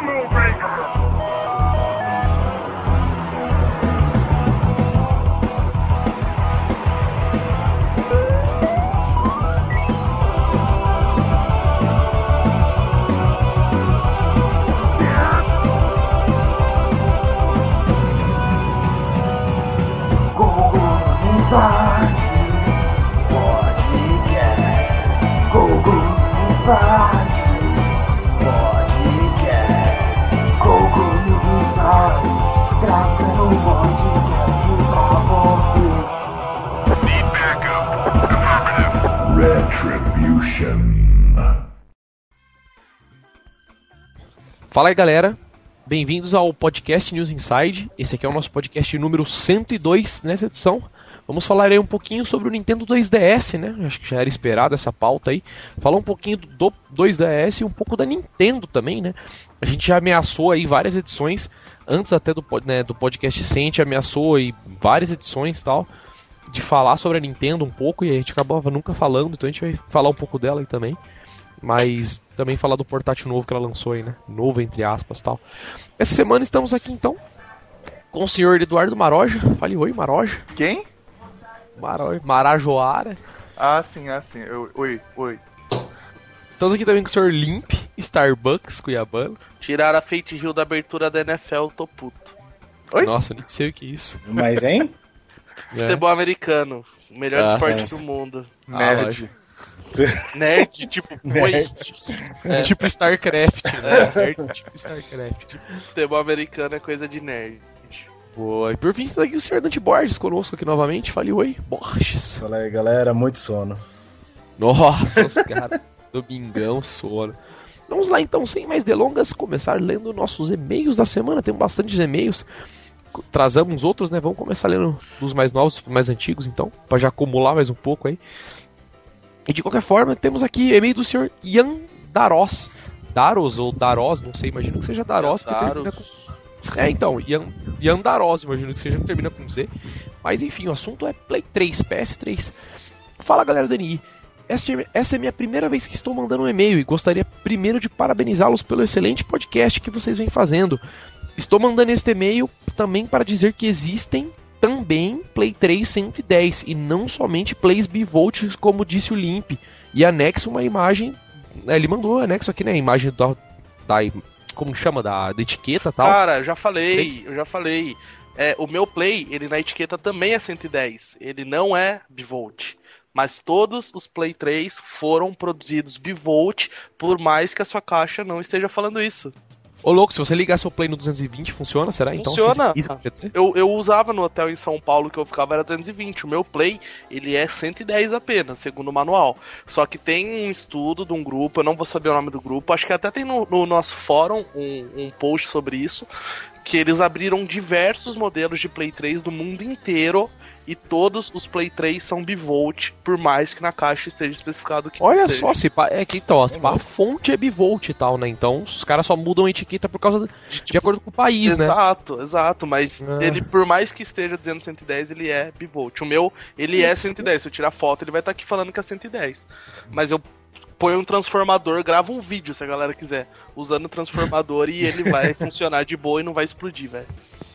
Fala aí, galera, bem-vindos ao podcast News Inside. Esse aqui é o nosso podcast número 102 nessa edição. Vamos falar aí um pouquinho sobre o Nintendo 2DS, né? Acho que já era esperado essa pauta aí. Falar um pouquinho do 2DS e um pouco da Nintendo também, né? A gente já ameaçou aí várias edições, antes até do podcast 100, a gente ameaçou aí várias edições e tal, de falar sobre a Nintendo um pouco, e a gente acabava nunca falando, então a gente vai falar um pouco dela aí também. Mas também falar do portátil novo que ela lançou aí, né? Novo, entre aspas, tal. Essa semana estamos aqui, então, com o senhor Eduardo Maroja. Fale oi, Maroja. Quem? Marajoara. Ah, sim. Oi. Estamos aqui também com o senhor Limp, Starbucks, cuiabano. Tiraram a Fate Hill da abertura da NFL, tô puto. Oi? Nossa, nem sei o que é isso. Mas, hein? Futebol americano, o melhor esporte do mundo. Nerd. Nerd, tipo, Nerd. Tipo StarCraft, né? Nerd, tipo StarCraft. Futebol americano é coisa de nerd. Boa. E por fim está aqui o senhor Dante Borges conosco aqui novamente. Fale oi, Borges. Fala aí, galera, muito sono. Nossa, os caras, domingão, sono. Vamos lá então, sem mais delongas, começar lendo nossos e-mails da semana. Temos bastantes e-mails. Trazamos outros, né? Vamos começar lendo dos mais novos, mais antigos, então, para já acumular mais um pouco aí. E de qualquer forma, temos aqui e-mail do senhor Ian Daros. Daros ou Daros, não sei, imagino que seja Daros, porque termina com... então, Ian Daros, imagino que seja, termina com Z. Mas enfim, o assunto é Play 3, PS3. Fala, galera do NI. Essa é a minha primeira vez que estou mandando um e-mail e gostaria primeiro de parabenizá-los pelo excelente podcast que vocês vêm fazendo. Estou mandando este e-mail também para dizer que existem também Play 3 110 e não somente Plays Bivolt, como disse o Limp, e anexo uma imagem, ele mandou anexo aqui, né, a imagem da como chama, da etiqueta e tal. Cara, eu já falei, o meu Play, ele na etiqueta também é 110, ele não é Bivolt, mas todos os Play 3 foram produzidos Bivolt, por mais que a sua caixa não esteja falando isso. Ô louco, se você ligar seu Play no 220, funciona, será? Funciona. Então, eu usava no hotel em São Paulo que eu ficava, era 220. O meu Play, ele é 110 apenas, segundo o manual. Só que tem um estudo de um grupo, eu não vou saber o nome do grupo, acho que até tem no nosso fórum um post sobre isso, que eles abriram diversos modelos de Play 3 do mundo inteiro, e todos os Play 3 são bivolt, por mais que na caixa esteja especificado que olha seja. Só, a fonte é bivolt e tal, né? Então os caras só mudam a etiqueta por causa de acordo com o país, né? Exato, mas ele, por mais que esteja dizendo 110, ele é bivolt. O meu, ele é 110, se eu tirar foto, ele vai estar aqui falando que é 110. Mas eu ponho um transformador, gravo um vídeo, se a galera quiser, usando o transformador, e ele vai funcionar de boa e não vai explodir, velho.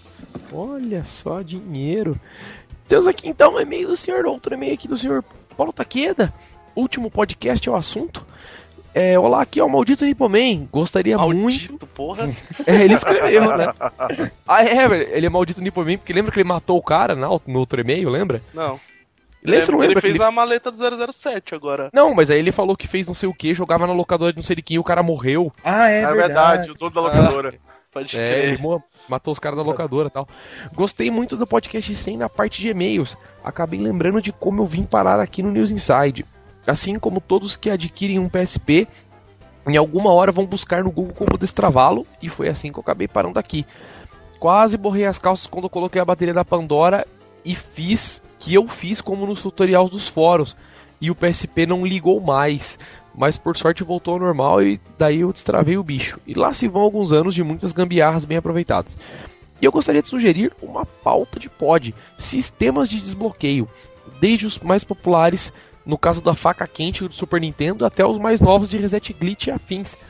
Olha só, dinheiro. Temos aqui então um e-mail do senhor, outro e-mail aqui do senhor Paulo Takeda. Último podcast é o assunto. Olá, aqui é o Maldito Nipoman. Gostaria maldito, muito. Porra. Ele escreveu, né? Velho, ele é Maldito Nipoman porque lembra que ele matou o cara no outro e-mail, lembra? Não. Ele fez a maleta do 007 agora. Não, mas aí ele falou que fez não sei o que, jogava na locadora de não sei de quem e o cara morreu. Ah, é verdade, o dono da locadora. Pode crer. Ele matou os caras da locadora e tal. Gostei muito do podcast 100 na parte de e-mails. Acabei lembrando de como eu vim parar aqui no News Inside. Assim como todos que adquirem um PSP, em alguma hora vão buscar no Google como destravá-lo, e foi assim que eu acabei parando aqui. Quase borrei as calças quando eu coloquei a bateria da Pandora e fiz como nos tutoriais dos fóruns, e o PSP não ligou mais. Mas por sorte voltou ao normal e daí eu destravei o bicho. E lá se vão alguns anos de muitas gambiarras bem aproveitadas. E eu gostaria de sugerir uma pauta de pod, sistemas de desbloqueio, desde os mais populares, no caso da faca quente do Super Nintendo, até os mais novos de Reset Glitch e afins.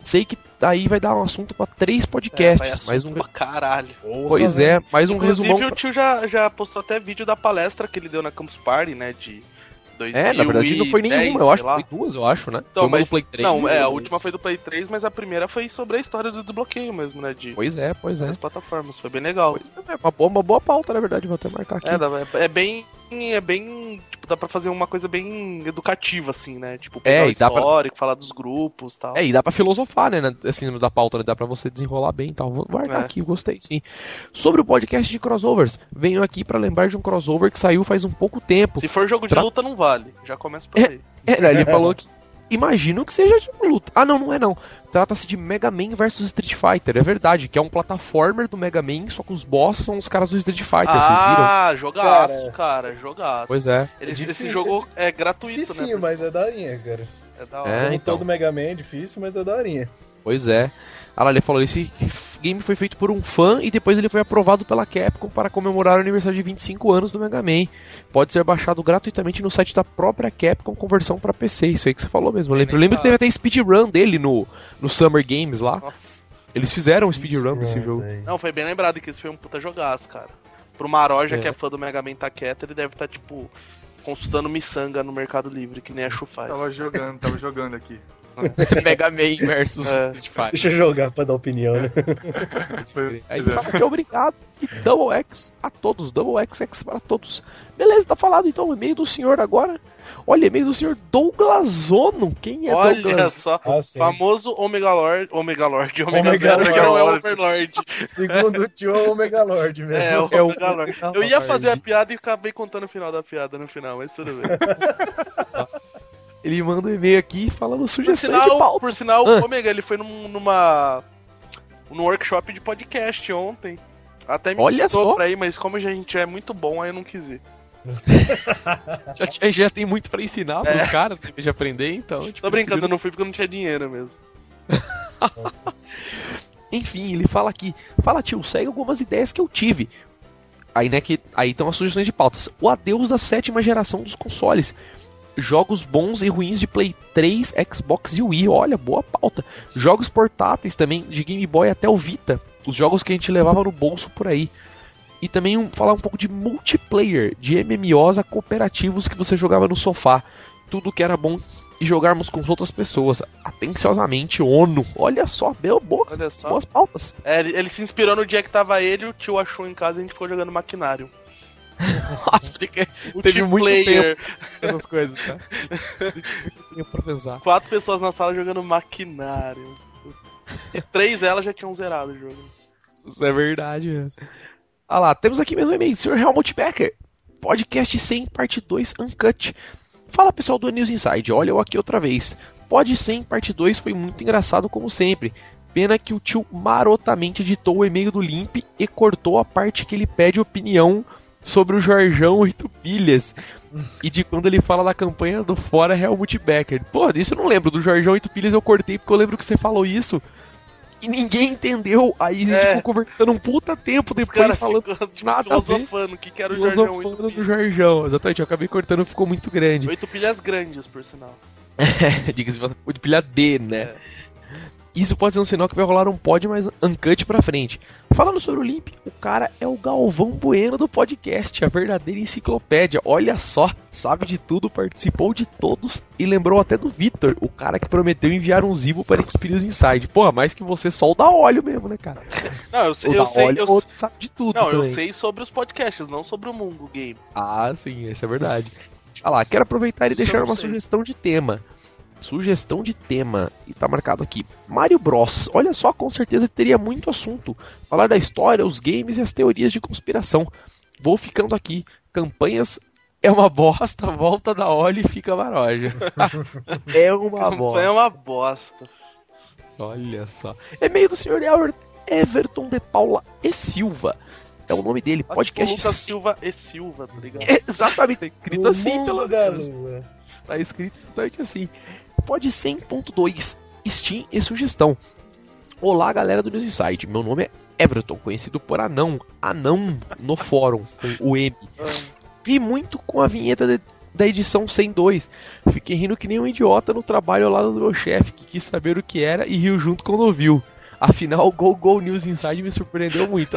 Sei que aí vai dar um assunto pra 3 podcasts. Vai mais um. pra caralho. Pois é, mais um Inclusive, resumão. o tio já postou até vídeo da palestra que ele deu na Campus Party, né? De 2010, Na verdade não foi nenhuma, eu acho, sei lá. foi 2, eu acho, né? Então, foi uma mas, do Play 3. não, a e- última foi do Play 3, mas a primeira foi sobre a história do desbloqueio mesmo, né? De Pois é. das plataformas. Foi bem legal. Pois é, uma boa pauta, na verdade, vou até marcar aqui. É bem. Tipo, dá pra fazer uma coisa bem educativa, assim, né? Tipo, É, pegar o e dá pra- histórico, falar dos grupos e tal. E dá pra filosofar, né? Assim, da pauta, né? Dá pra você desenrolar bem e tal. Vou guardar aqui, gostei sim. Sobre o podcast de crossovers, venho aqui pra lembrar de um crossover que saiu faz um pouco tempo. Se for jogo de luta, não vale. Já começa por aí. Ele falou que. Imagino que seja de luta. Ah, não é não. Trata-se de Mega Man vs Street Fighter. É verdade, que é um plataformer do Mega Man, só que os boss são os caras do Street Fighter, vocês viram? Ah, jogaço, cara, jogaço. Pois é. Esse jogo é gratuito, Dificinho, né? mas é daorinha, cara. É da hora. É, então. Todo Mega Man é difícil, mas é daorinha. Pois é. Ah lá, ele falou, esse game foi feito por um fã e depois ele foi aprovado pela Capcom para comemorar o aniversário de 25 anos do Mega Man. Pode ser baixado gratuitamente no site da própria Capcom com versão para PC. Isso aí que você falou mesmo. Eu lembro que teve até speedrun dele no Summer Games lá. Nossa. Eles fizeram um speedrun desse jogo. Não, foi bem lembrado que esse foi um puta jogaço, cara. Pro Maroja, É. que é fã do Mega Man, tá quieto, ele deve estar, tipo, consultando miçanga no Mercado Livre, que nem a Chu faz. Tava jogando aqui. Mega Man versus É. Street Fighter. Deixa eu jogar pra dar opinião, né? Aí ele fala que obrigado e Double X a todos, Double XX para todos. Beleza, tá falado então o e-mail do senhor agora. Olha, e-mail do senhor Douglas Zono. Quem é Olha Douglas? só, Ah, sim. famoso Omega Lord, Omega Omega Zero, que não é Lord. Overlord. Segundo o tio é o Omega Lord mesmo. É, o É o Omega Lord. Eu ia fazer a piada e acabei contando o final da piada no final, mas tudo bem. Ele manda um e-mail aqui falando Por sugestão de sinal, pauta. o Omega, ele foi num workshop de podcast ontem. Até me Olha convidou só. pra ir, mas como a gente é muito bom, aí eu não quis ir. Já tem muito pra ensinar pros caras que de aprender, então. Tipo, Tô brincando, eu não fui porque eu não tinha dinheiro mesmo. Enfim, ele fala aqui. Fala, tio, segue algumas ideias que eu tive. Aí, né, aí estão as sugestões de pautas. O adeus da 7ª geração dos consoles. Jogos bons e ruins de Play 3, Xbox e Wii. Olha, boa pauta. Jogos portáteis também, de Game Boy até o Vita. Os jogos que a gente levava no bolso por aí. E também falar um pouco de multiplayer, de MMOs a cooperativos que você jogava no sofá. Tudo que era bom e jogarmos com outras pessoas. Atenciosamente, ONU. Olha só, Olha só. boas pautas. É, ele se inspirou no dia que tava ele, o tio achou em casa e a gente ficou jogando maquinário. Nossa, porque teve muito Multiplayer. essas coisas, tá? Tempo pra pensar. 4 pessoas na sala jogando maquinário. E 3 delas já tinham zerado o jogo. Isso é verdade. Ah lá, temos aqui mesmo um e-mail, Sr. Helmut Becker. Podcast 100, parte 2, Uncut. Fala pessoal do News Inside, olha eu aqui outra vez. Pod 100, parte 2 foi muito engraçado como sempre. Pena que o tio marotamente editou o e-mail do Limp e cortou a parte que ele pede opinião sobre o Jorjão 8 pilhas. E de quando ele fala da campanha do Fora Helmut Becker. Pô, disso eu não lembro. Do Jorjão 8 pilhas eu cortei porque eu lembro que você falou isso. E ninguém entendeu. Aí a gente ficou conversando um puta tempo depois falando ficou, tipo, nada a ver. filosofando o que era o Jorjão 8 Filosofando do pilhas. Jorjão. Exatamente, eu acabei cortando, ficou muito grande. 8 pilhas grandes, por sinal. Diga-se de pilha D, né? É. Isso pode ser um sinal que vai rolar um pod mais uncut pra frente. Falando sobre o Limp, o cara é o Galvão Bueno do podcast, a verdadeira enciclopédia. Olha só, sabe de tudo, participou de todos e lembrou até do Victor, o cara que prometeu enviar um Zibo para a equipe News Inside. Porra, mais que você só o da óleo mesmo, né, cara? Não, eu sei, O da óleo, o outro sabe de tudo não, eu também. sei sobre os podcasts, não sobre o mundo game. Ah, sim, isso é verdade. Olha lá, quero aproveitar e Isso eu deixar não uma sei. sugestão de tema. Sugestão de tema, e tá marcado aqui. Mario Bros. Olha só, com certeza teria muito assunto. Falar da história, os games e as teorias de conspiração. Vou ficando aqui. Campanhas é uma bosta, volta da óleo e fica maroja. É uma bosta. É uma bosta. Olha só. É meio do Sr. Everton de Paula e Silva. É o nome dele, podcast. Lucas Silva e Silva, tá ligado? Exatamente, tá escrito O assim mundo pelo da menos. lua. Tá escrito exatamente assim. Pode 100.2 Steam e sugestão. Olá, galera do News Inside. Meu nome é Everton, conhecido por Anão no fórum, com o M. Ri muito com a vinheta da edição 102. Fiquei rindo que nem um idiota no trabalho ao lado do meu chefe, que quis saber o que era e riu junto quando ouviu. Afinal, o Go News Inside me surpreendeu muito.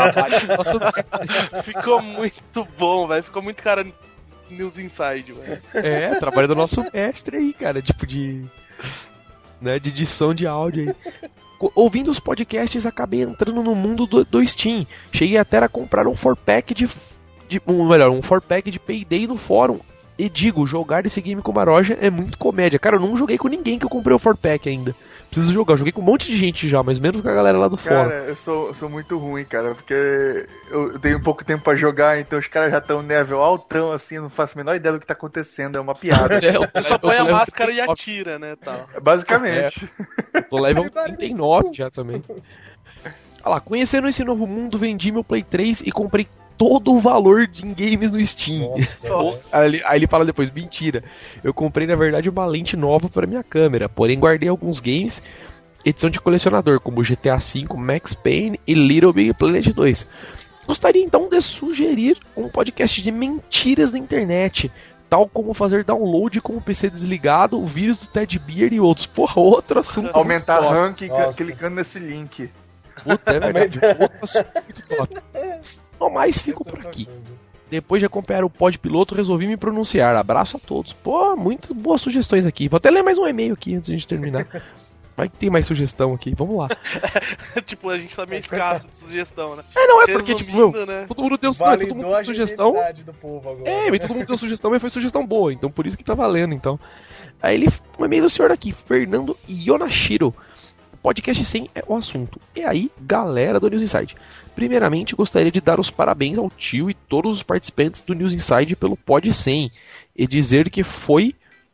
Ficou muito bom, velho. Ficou muito cara News Inside, velho. Trabalho do nosso mestre aí, cara. Tipo de edição de áudio aí. Ouvindo os podcasts, acabei entrando no mundo do Steam. Cheguei até a comprar um 4-pack um 4-pack de Payday no fórum. E digo, jogar esse game com Maroja é muito comédia. Cara, eu não joguei com ninguém que eu comprei o 4-pack ainda. Preciso jogar, eu joguei com um monte de gente já, mas menos com a galera lá do fórum. Cara, eu sou muito ruim, cara, porque eu tenho pouco tempo pra jogar, então os caras já estão nível altão, assim, eu não faço a menor ideia do que tá acontecendo, é uma piada. Só põe a máscara e atira, né, tal. Basicamente. Tô level 39 já também. Olha lá, conhecendo esse novo mundo, vendi meu Play 3 e comprei todo o valor de games no Steam. Nossa. Aí ele fala depois, mentira. Eu comprei, na verdade, uma lente nova para minha câmera, porém guardei alguns games, edição de colecionador, como GTA V, Max Payne e Little Big Planet 2. Gostaria então de sugerir um podcast de mentiras na internet, tal como fazer download com o PC desligado, o vírus do Ted Beer e outros. Porra, outro assunto. Aumentar muito top. ranking clicando nesse link. Puta, é verdade. Outro assunto muito top. No mais, fico por aqui. Depois de acompanhar o pod piloto, resolvi me pronunciar. Abraço a todos. Pô, muito boas sugestões aqui. Vou até ler mais um e-mail aqui antes de a gente terminar. Vai que tem mais sugestão aqui. Vamos lá. Tipo, a gente tá meio escasso de sugestão, né? Não é porque, tipo, né? todo mundo deu sugestão. Do povo agora. Mas todo mundo deu sugestão, mas foi sugestão boa. Então, por isso que tá valendo, então. Aí um e-mail do senhor aqui, Fernando Yonashiro. Podcast 100 é o assunto. E aí, galera do News Inside. Primeiramente, gostaria de dar os parabéns ao tio e todos os participantes do News Inside pelo Pod 100 e dizer que foi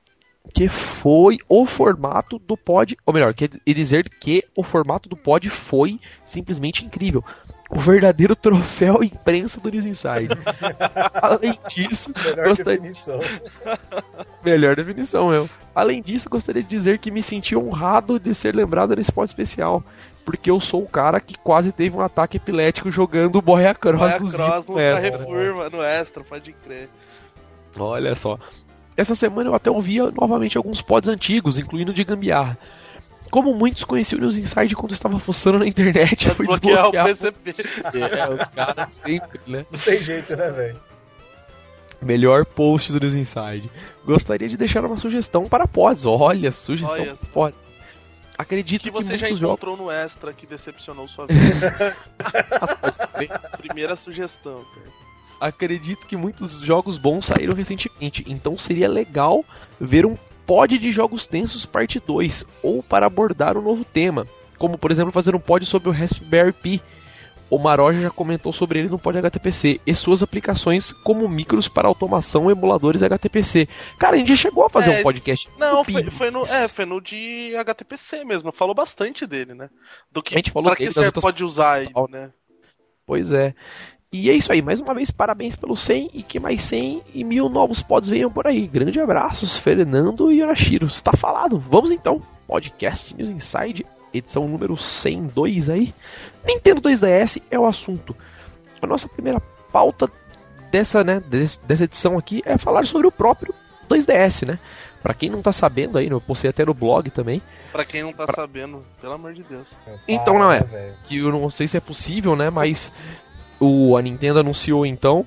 o formato do pod, ou melhor, e dizer que o formato do pod foi simplesmente incrível. O verdadeiro troféu imprensa do News Inside. Além disso, melhor definição, meu. Além disso, gostaria de dizer que me senti honrado de ser lembrado nesse pod especial, porque eu sou o cara que quase teve um ataque epilético jogando o Boia Cross do Zipo no Carrefour, no Extra, pode crer. Olha só. Essa semana eu até ouvia novamente alguns pods antigos, incluindo de gambiarra. Como muitos conheciam o News Inside quando estava fuçando na internet, eu fui desbloquear o PCP. Os caras sempre, né? Não tem jeito, né, velho? Melhor post do News Inside. Gostaria de deixar uma sugestão para pods. Olha, sugestão para pods. Acredito que você já muitos encontrou no Extra que decepcionou sua vida. Primeira sugestão, cara. Acredito que muitos jogos bons saíram recentemente, então seria legal ver um pod de jogos tensos parte 2, ou para abordar um novo tema, como por exemplo fazer um pod sobre o Raspberry Pi. O Maroja já comentou sobre ele no pod HTPC e suas aplicações como micros para automação e emuladores HTPC. Cara, a gente já chegou a fazer um podcast. Não, foi no de HTPC mesmo, falou bastante dele, né? Do que a gente falou para que você pode usar ele, né? Pois é. E é isso aí, mais uma vez, parabéns pelo 100 e que mais 100 e 1000 novos pods venham por aí. Grande abraços, Fernando e Yonashiro. Está falado. Vamos então. Podcast News Inside, edição número 102 aí. Nintendo 2DS é o assunto. A nossa primeira pauta dessa edição aqui é falar sobre o próprio 2DS, né? Pra quem não tá sabendo aí, eu postei até no blog também. Pra quem não tá sabendo, pelo amor de Deus. Então não é, que eu não sei se é possível, né, mas... A Nintendo anunciou então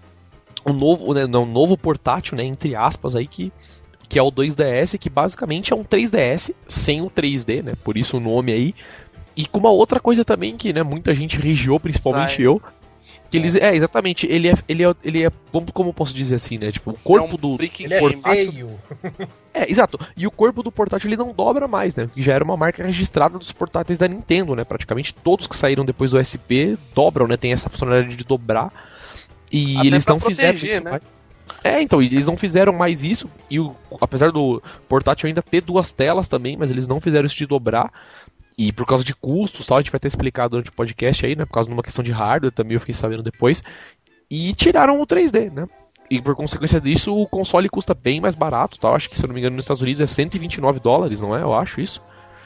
um novo portátil, né, entre aspas aí, que é o 2DS, que basicamente é um 3DS sem o 3D, né, por isso o nome aí, e com uma outra coisa também que, né, muita gente rigiou, principalmente eu, que eles, exatamente, ele é, como posso dizer assim, né, tipo, o corpo do portátil... exato, e o corpo do portátil ele não dobra mais, né, que já era uma marca registrada dos portáteis da Nintendo, né, praticamente todos que saíram depois do SP dobram, né, tem essa funcionalidade de dobrar, e até eles não proteger, fizeram isso, né? Então, eles não fizeram mais isso, e apesar do portátil ainda ter duas telas também, mas eles não fizeram isso de dobrar, e por causa de custos, tal, a gente vai ter explicado durante o podcast aí, né, por causa de uma questão de hardware, também eu fiquei sabendo depois, e tiraram o 3D, né. E por consequência disso, o console custa bem mais barato, tá? Acho que, se eu não me engano, nos Estados Unidos é $129, não é? Eu acho isso.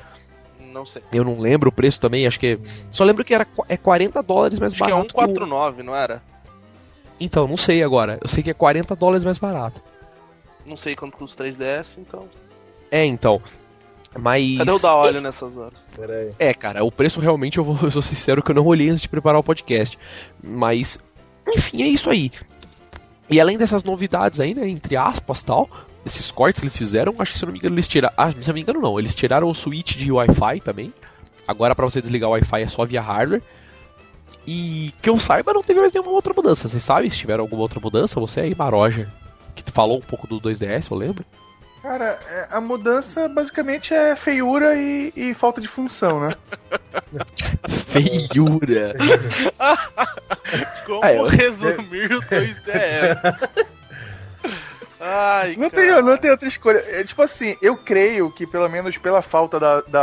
Não sei. Eu não lembro o preço também, acho que é... Só lembro que é $40 mais barato. Acho que é $149, não era? Então, não sei agora. Eu sei que é $40 mais barato. Não sei quanto custa o 3DS, então. Então. Mas. Cadê o da óleo nessas horas? Pera aí. Cara, o preço realmente eu sou sincero que eu não olhei antes de preparar o podcast. Mas, enfim, é isso aí. E além dessas novidades aí, né, entre aspas tal, esses cortes que eles fizeram, acho que se eu não me engano eles tiraram. Se eu não me engano não, eles tiraram o switch de Wi-Fi também. Agora pra você desligar o Wi-Fi é só via hardware. E que eu saiba não teve mais nenhuma outra mudança. Vocês sabem se tiveram alguma outra mudança? Você aí, Maroja, que falou um pouco do 2DS, eu lembro. Cara, a mudança basicamente é feiura e falta de função, né? Feiura. Como resumir o 2DS? Ai, Não cara. tem outra escolha. Tipo assim, eu creio que pelo menos pela falta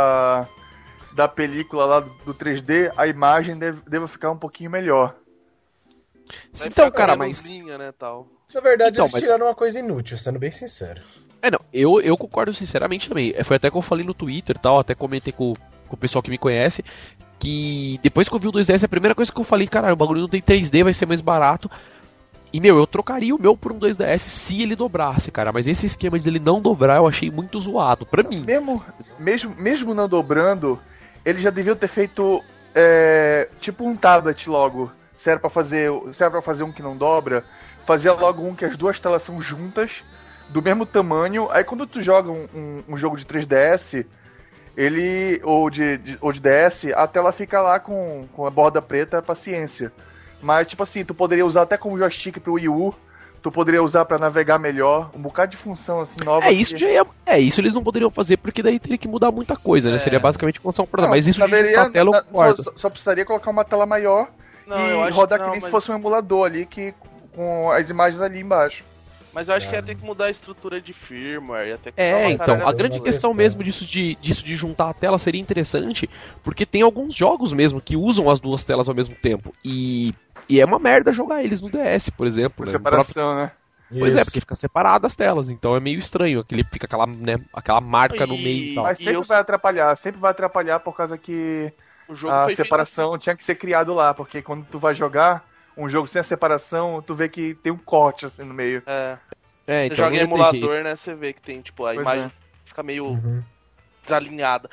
da película lá do 3D, a imagem deva ficar um pouquinho melhor. Vai Então, ficar cara, com mas. menoslinha, né, tal. Na verdade, Então, eles mas- tiraram uma coisa inútil, sendo bem sincero. Não, eu concordo sinceramente também. Foi até que eu falei no Twitter e tal, até comentei com o pessoal que me conhece, que depois que eu vi o 2DS, a primeira coisa que eu falei, caralho, o bagulho não tem 3D, vai ser mais barato. E, eu trocaria o meu por um 2DS se ele dobrasse, cara. Mas esse esquema de ele não dobrar eu achei muito zoado, pra mim. Mesmo não dobrando, eles já deviam ter feito tipo um tablet logo. Se era pra fazer um que não dobra, fazia logo um que as duas telas são juntas, do mesmo tamanho. Aí quando tu joga um jogo de 3DS, ou de DS, a tela fica lá com a borda preta, paciência. Mas, tipo assim, tu poderia usar até como joystick pro Wii U, tu poderia usar pra navegar melhor, um bocado de função assim nova. Isso já isso eles não poderiam fazer, porque daí teria que mudar muita coisa, né? Seria basicamente lançar um programa. Mas isso de juntar a tela eu concordo. Só precisaria colocar uma tela maior Eu e acho rodar que que não, nem mas... se fosse um emulador ali, com as imagens ali embaixo. Mas eu acho que ia ter que mudar a estrutura de firmware, ia ter que Então, caralho a de grande coisa. questão mesmo disso de juntar a tela seria interessante, porque tem alguns jogos mesmo que usam as duas telas ao mesmo tempo. E é uma merda jogar eles no DS, por exemplo. Por Né? separação, né? Pois é, porque fica separado as telas, então é meio estranho. Fica aquela marca no meio e tal. Mas sempre vai atrapalhar por causa que O jogo a foi feito separação tinha que ser criado lá, porque quando tu vai jogar um jogo sem a separação, tu vê que tem um corte assim no meio. Você Então joga não em ia ter emulador, jeito. né? Você vê que tem, tipo, a Pois imagem fica meio Uhum. desalinhada.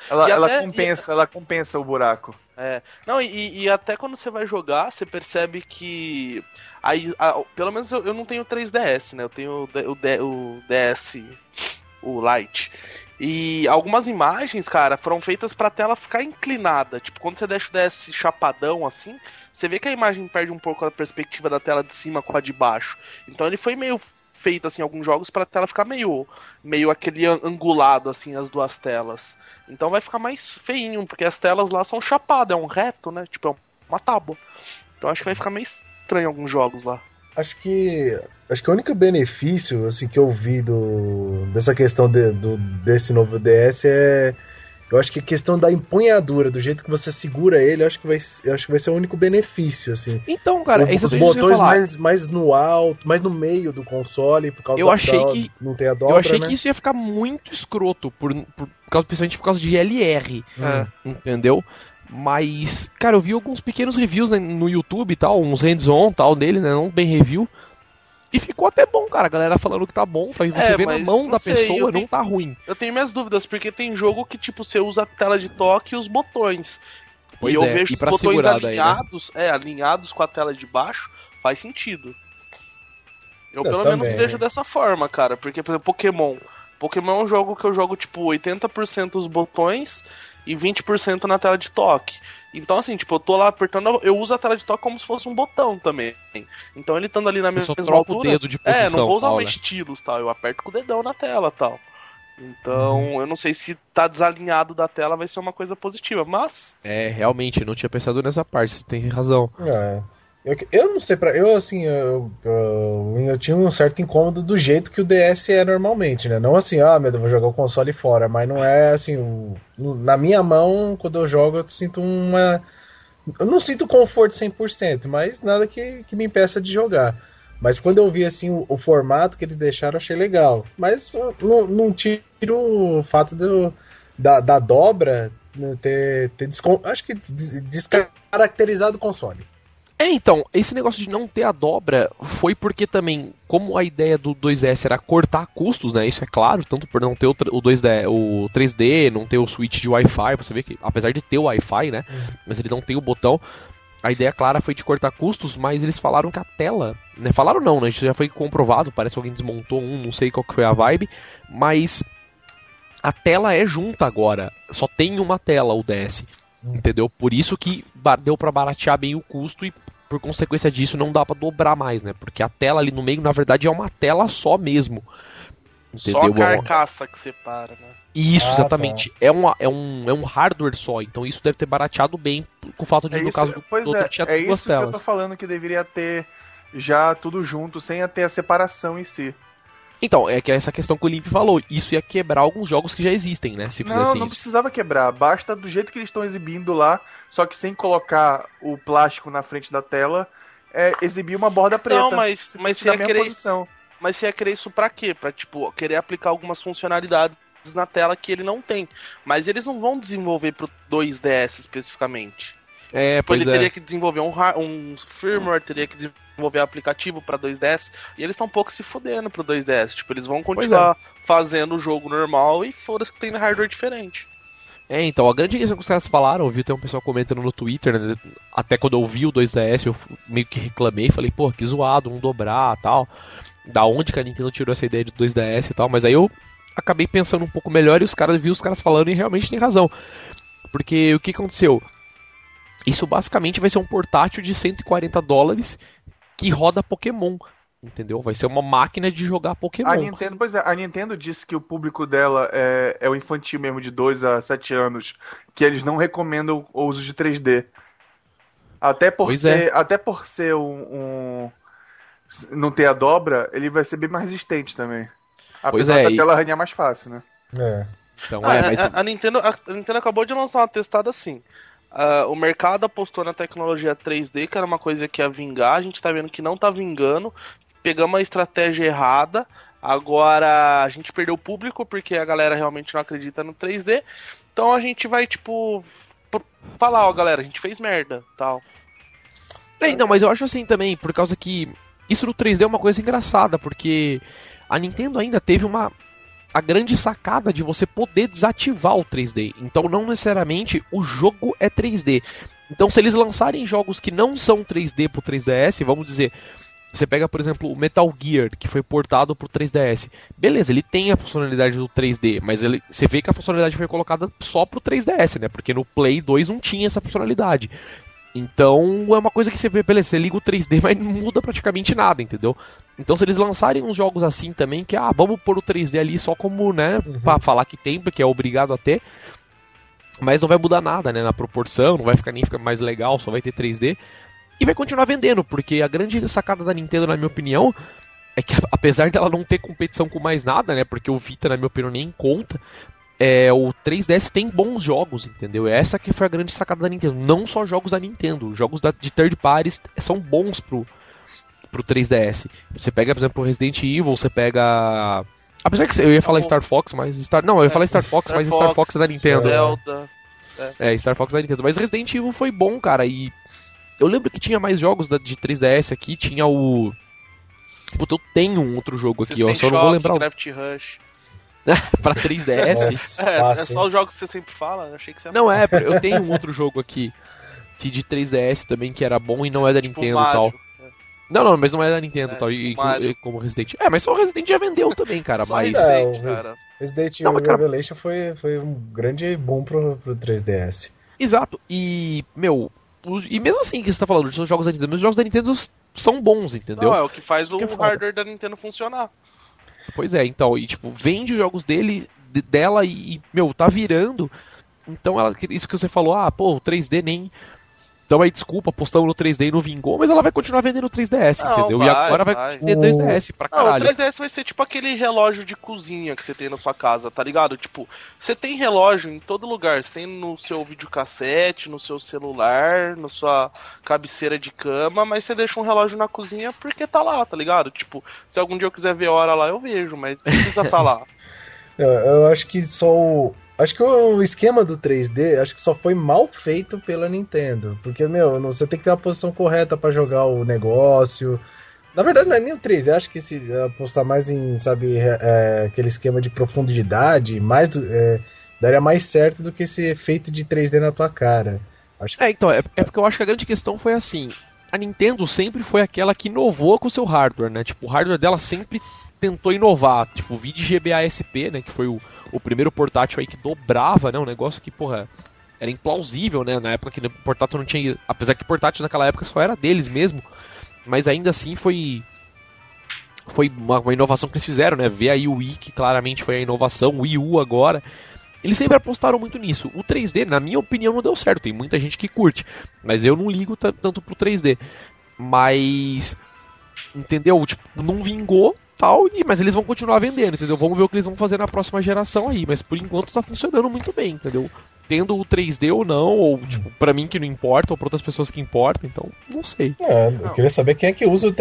Ela compensa o buraco. Não, e até quando você vai jogar, você percebe que. Pelo menos eu não tenho 3DS, né? Eu tenho o DS, o Lite. E algumas imagens, cara, foram feitas pra tela ficar inclinada. Tipo, quando você deixa o DS chapadão assim, você vê que a imagem perde um pouco a perspectiva da tela de cima com a de baixo. Então ele foi meio feito, assim, em alguns jogos pra tela ficar meio aquele angulado, assim, as duas telas. Então vai ficar mais feinho, porque as telas lá são chapadas, é um reto, né? Tipo, é uma tábua. Então acho que vai ficar meio estranho em alguns jogos lá. Acho que o único benefício assim, que eu vi dessa questão desse novo DS eu acho que a questão da empunhadura, do jeito que você segura ele, eu acho que vai ser o único benefício, assim. Então, cara, é isso os que eu ia botões falar. mais no alto, mais no meio do console, por causa Eu achei que não tem a dobra, Eu achei né? que isso ia ficar muito escroto, principalmente por causa de LR, entendeu? Mas, cara, eu vi alguns pequenos reviews, né, no YouTube e tal, uns hands-on tal dele, né, não bem review. E ficou até bom, cara, a galera falando que tá bom, tá? E você vê na mas mão não da sei, pessoa, não tá ruim. Eu tenho minhas dúvidas, porque tem jogo que, tipo, você usa a tela de toque e os botões. Pois e eu é, vejo e os pra botões segurar daí, né? alinhados com a tela de baixo, faz sentido. Eu pelo também. menos vejo dessa forma, cara. Porque, por exemplo, Pokémon. Pokémon é um jogo que eu jogo, tipo, 80% os botões e 20% na tela de toque. Então, assim, tipo, eu tô lá apertando, eu uso a tela de toque como se fosse um botão também. Então, ele estando ali na Você só mesma troca altura... o dedo de posição, não vou usar tal, uma né? estilos, tal. Eu aperto com o dedão na tela, tal. Então, eu não sei se tá desalinhado da tela vai ser uma coisa positiva, mas... Realmente, eu não tinha pensado nessa parte, você tem razão. Eu não sei, eu tinha um certo incômodo do jeito que o DS é normalmente, né? Não assim, meu Deus, vou jogar o console fora, mas não é assim, na minha mão, quando eu jogo, eu sinto eu não sinto conforto 100%, mas nada que me impeça de jogar. Mas quando eu vi assim o formato que eles deixaram, eu achei legal. Mas não tiro o fato da dobra, né, acho que descaracterizado o console. Então, esse negócio de não ter a dobra foi porque também, como a ideia do 2DS era cortar custos, né? Isso é claro, tanto por não ter o 2D, o 3D, não ter o switch de Wi-Fi, você vê que, apesar de ter o Wi-Fi, né? Mas ele não tem o botão. A ideia clara foi de cortar custos, mas eles falaram que a tela, né? Falaram não, né? Isso já foi comprovado, parece que alguém desmontou não sei qual que foi a vibe, mas a tela é junta agora, só tem uma tela o DS. Entendeu? Por isso que deu pra baratear bem o custo e por consequência disso não dá pra dobrar mais, né? Porque a tela ali no meio, na verdade, é uma tela só mesmo. Entendeu? Só a carcaça que separa, né? Isso, exatamente. Tá. É um hardware só, então isso deve ter barateado bem com o fato de, no caso do outro, tinha duas isso telas. Que eu tô falando que deveria ter já tudo junto, sem ter a separação em si. Então, é que essa questão que o Limp falou, isso ia quebrar alguns jogos que já existem, né? Se fizessem não isso. Precisava quebrar, basta do jeito que eles estão exibindo lá, só que sem colocar o plástico na frente da tela, exibir uma borda preta. Não, mas você ia querer... Mas você ia querer isso pra quê? Pra, tipo, querer aplicar algumas funcionalidades na tela que ele não tem. Mas eles não vão desenvolver pro 2DS especificamente. Ele teria que desenvolver um firmware, teria que desenvolver aplicativo pra 2DS, e eles estão um pouco se fudendo pro 2DS. Tipo, eles vão continuar fazendo o jogo normal e foda-se que tem hardware diferente. Então, a grande questão que os caras falaram, eu vi até um pessoal comentando no Twitter, né, até quando eu vi o 2DS, eu meio que reclamei, falei, pô, que zoado, não dobrar e tal, da onde que a Nintendo tirou essa ideia de 2DS e tal, mas aí eu acabei pensando um pouco melhor e os caras falando e realmente tem razão, porque o que aconteceu? Isso basicamente vai ser um portátil de $140 que roda Pokémon, entendeu? Vai ser uma máquina de jogar Pokémon. A Nintendo disse que o público dela é o infantil mesmo, de 2 a 7 anos, que eles não recomendam o uso de 3D. Até por ser não ter a dobra, ele vai ser bem mais resistente também. Apesar da tela arranhar mais fácil, né? Então, mas... a Nintendo acabou de lançar uma testada assim. O mercado apostou na tecnologia 3D, que era uma coisa que ia vingar, a gente tá vendo que não tá vingando, pegamos a estratégia errada, agora a gente perdeu o público porque a galera realmente não acredita no 3D, então a gente vai, tipo, falar, ó galera, a gente fez merda, tal. Não, mas eu acho assim também, por causa que isso do 3D é uma coisa engraçada, porque a Nintendo ainda teve a grande sacada de você poder desativar o 3D. Então não necessariamente o jogo é 3D. Então se eles lançarem jogos que não são 3D pro 3DS, vamos dizer, você pega por exemplo o Metal Gear, que foi portado pro 3DS. Beleza, ele tem a funcionalidade do 3D, mas você vê que a funcionalidade foi colocada só pro 3DS, né? Porque no Play 2 não tinha essa funcionalidade. Então é uma coisa que você vê, beleza, você liga o 3D, mas não muda praticamente nada, entendeu? Então se eles lançarem uns jogos assim também, que vamos pôr o 3D ali só como, né, pra falar que tem, porque é obrigado a ter, mas não vai mudar nada, né, na proporção, não vai ficar nem mais legal, só vai ter 3D, e vai continuar vendendo, porque a grande sacada da Nintendo, na minha opinião, é que apesar dela não ter competição com mais nada, né, porque o Vita, na minha opinião, nem conta, o 3DS tem bons jogos, entendeu? Essa que foi a grande sacada da Nintendo. Não só jogos da Nintendo, jogos de third parties são bons pro 3DS. Você pega, por exemplo, Resident Evil, você pega... Apesar que eu ia falar Star Fox, mas... Não, eu ia falar Star Fox, mas Star Fox é da Nintendo. Zelda. Star Fox é da Nintendo. Mas Resident Evil foi bom, cara, e... Eu lembro que tinha mais jogos de 3DS aqui, tinha o... Puta, eu tenho um outro jogo aqui, ó, só não vou lembrar. Gravity Rush. Pra 3DS. É só os jogos que você sempre fala, eu achei que você ia falar. Não, eu tenho um outro jogo aqui de 3DS também que era bom e não é da Nintendo e tal. Não, mas não é da Nintendo e tal, como Resident. Mas só o Resident já vendeu também, cara, mas... Resident Evil Revelation foi um grande boom pro 3DS. Exato, e, e mesmo assim que você tá falando, são jogos da Nintendo, mas os jogos da Nintendo são bons, entendeu? Não, é o que faz o hardware da Nintendo funcionar. Pois é, então, e tipo, vende os jogos dela e, tá virando. Então, isso que você falou, o 3D nem... Então aí, desculpa, postamos no 3D e não vingou, mas ela vai continuar vendendo 3DS, entendeu? E agora vai ter 3DS pra caralho. O 3DS vai ser tipo aquele relógio de cozinha que você tem na sua casa, tá ligado? Tipo, você tem relógio em todo lugar, você tem no seu videocassete, no seu celular, na sua cabeceira de cama, mas você deixa um relógio na cozinha porque tá lá, tá ligado? Tipo, se algum dia eu quiser ver hora lá, eu vejo, mas precisa tá lá. Eu acho que só Acho que o esquema do 3D, acho que só foi mal feito pela Nintendo. Porque, você tem que ter uma posição correta pra jogar o negócio. Na verdade, não é nem o 3D, acho que se apostar mais em, sabe, aquele esquema de profundidade, daria mais certo do que esse efeito de 3D na tua cara. Acho que... Então, é porque eu acho que a grande questão foi assim, a Nintendo sempre foi aquela que inovou com o seu hardware, né? Tipo, o hardware dela sempre tentou inovar, tipo, o vídeo GBA SP, né, que foi o primeiro portátil aí que dobrava, né, um negócio que, porra, era implausível, né, na época que o portátil não tinha, apesar que portátil naquela época só era deles mesmo, mas ainda assim foi uma inovação que eles fizeram, né, ver aí o Wii, que claramente foi a inovação, o Wii U agora, eles sempre apostaram muito nisso. O 3D, na minha opinião, não deu certo, tem muita gente que curte, mas eu não ligo tanto pro 3D, mas, entendeu, tipo, não vingou, mas eles vão continuar vendendo, entendeu? Vamos ver o que eles vão fazer na próxima geração aí, mas por enquanto tá funcionando muito bem, entendeu? Tendo o 3D ou não, ou tipo, pra mim que não importa, ou pra outras pessoas que importam, então, não sei. Eu queria saber quem é que usa o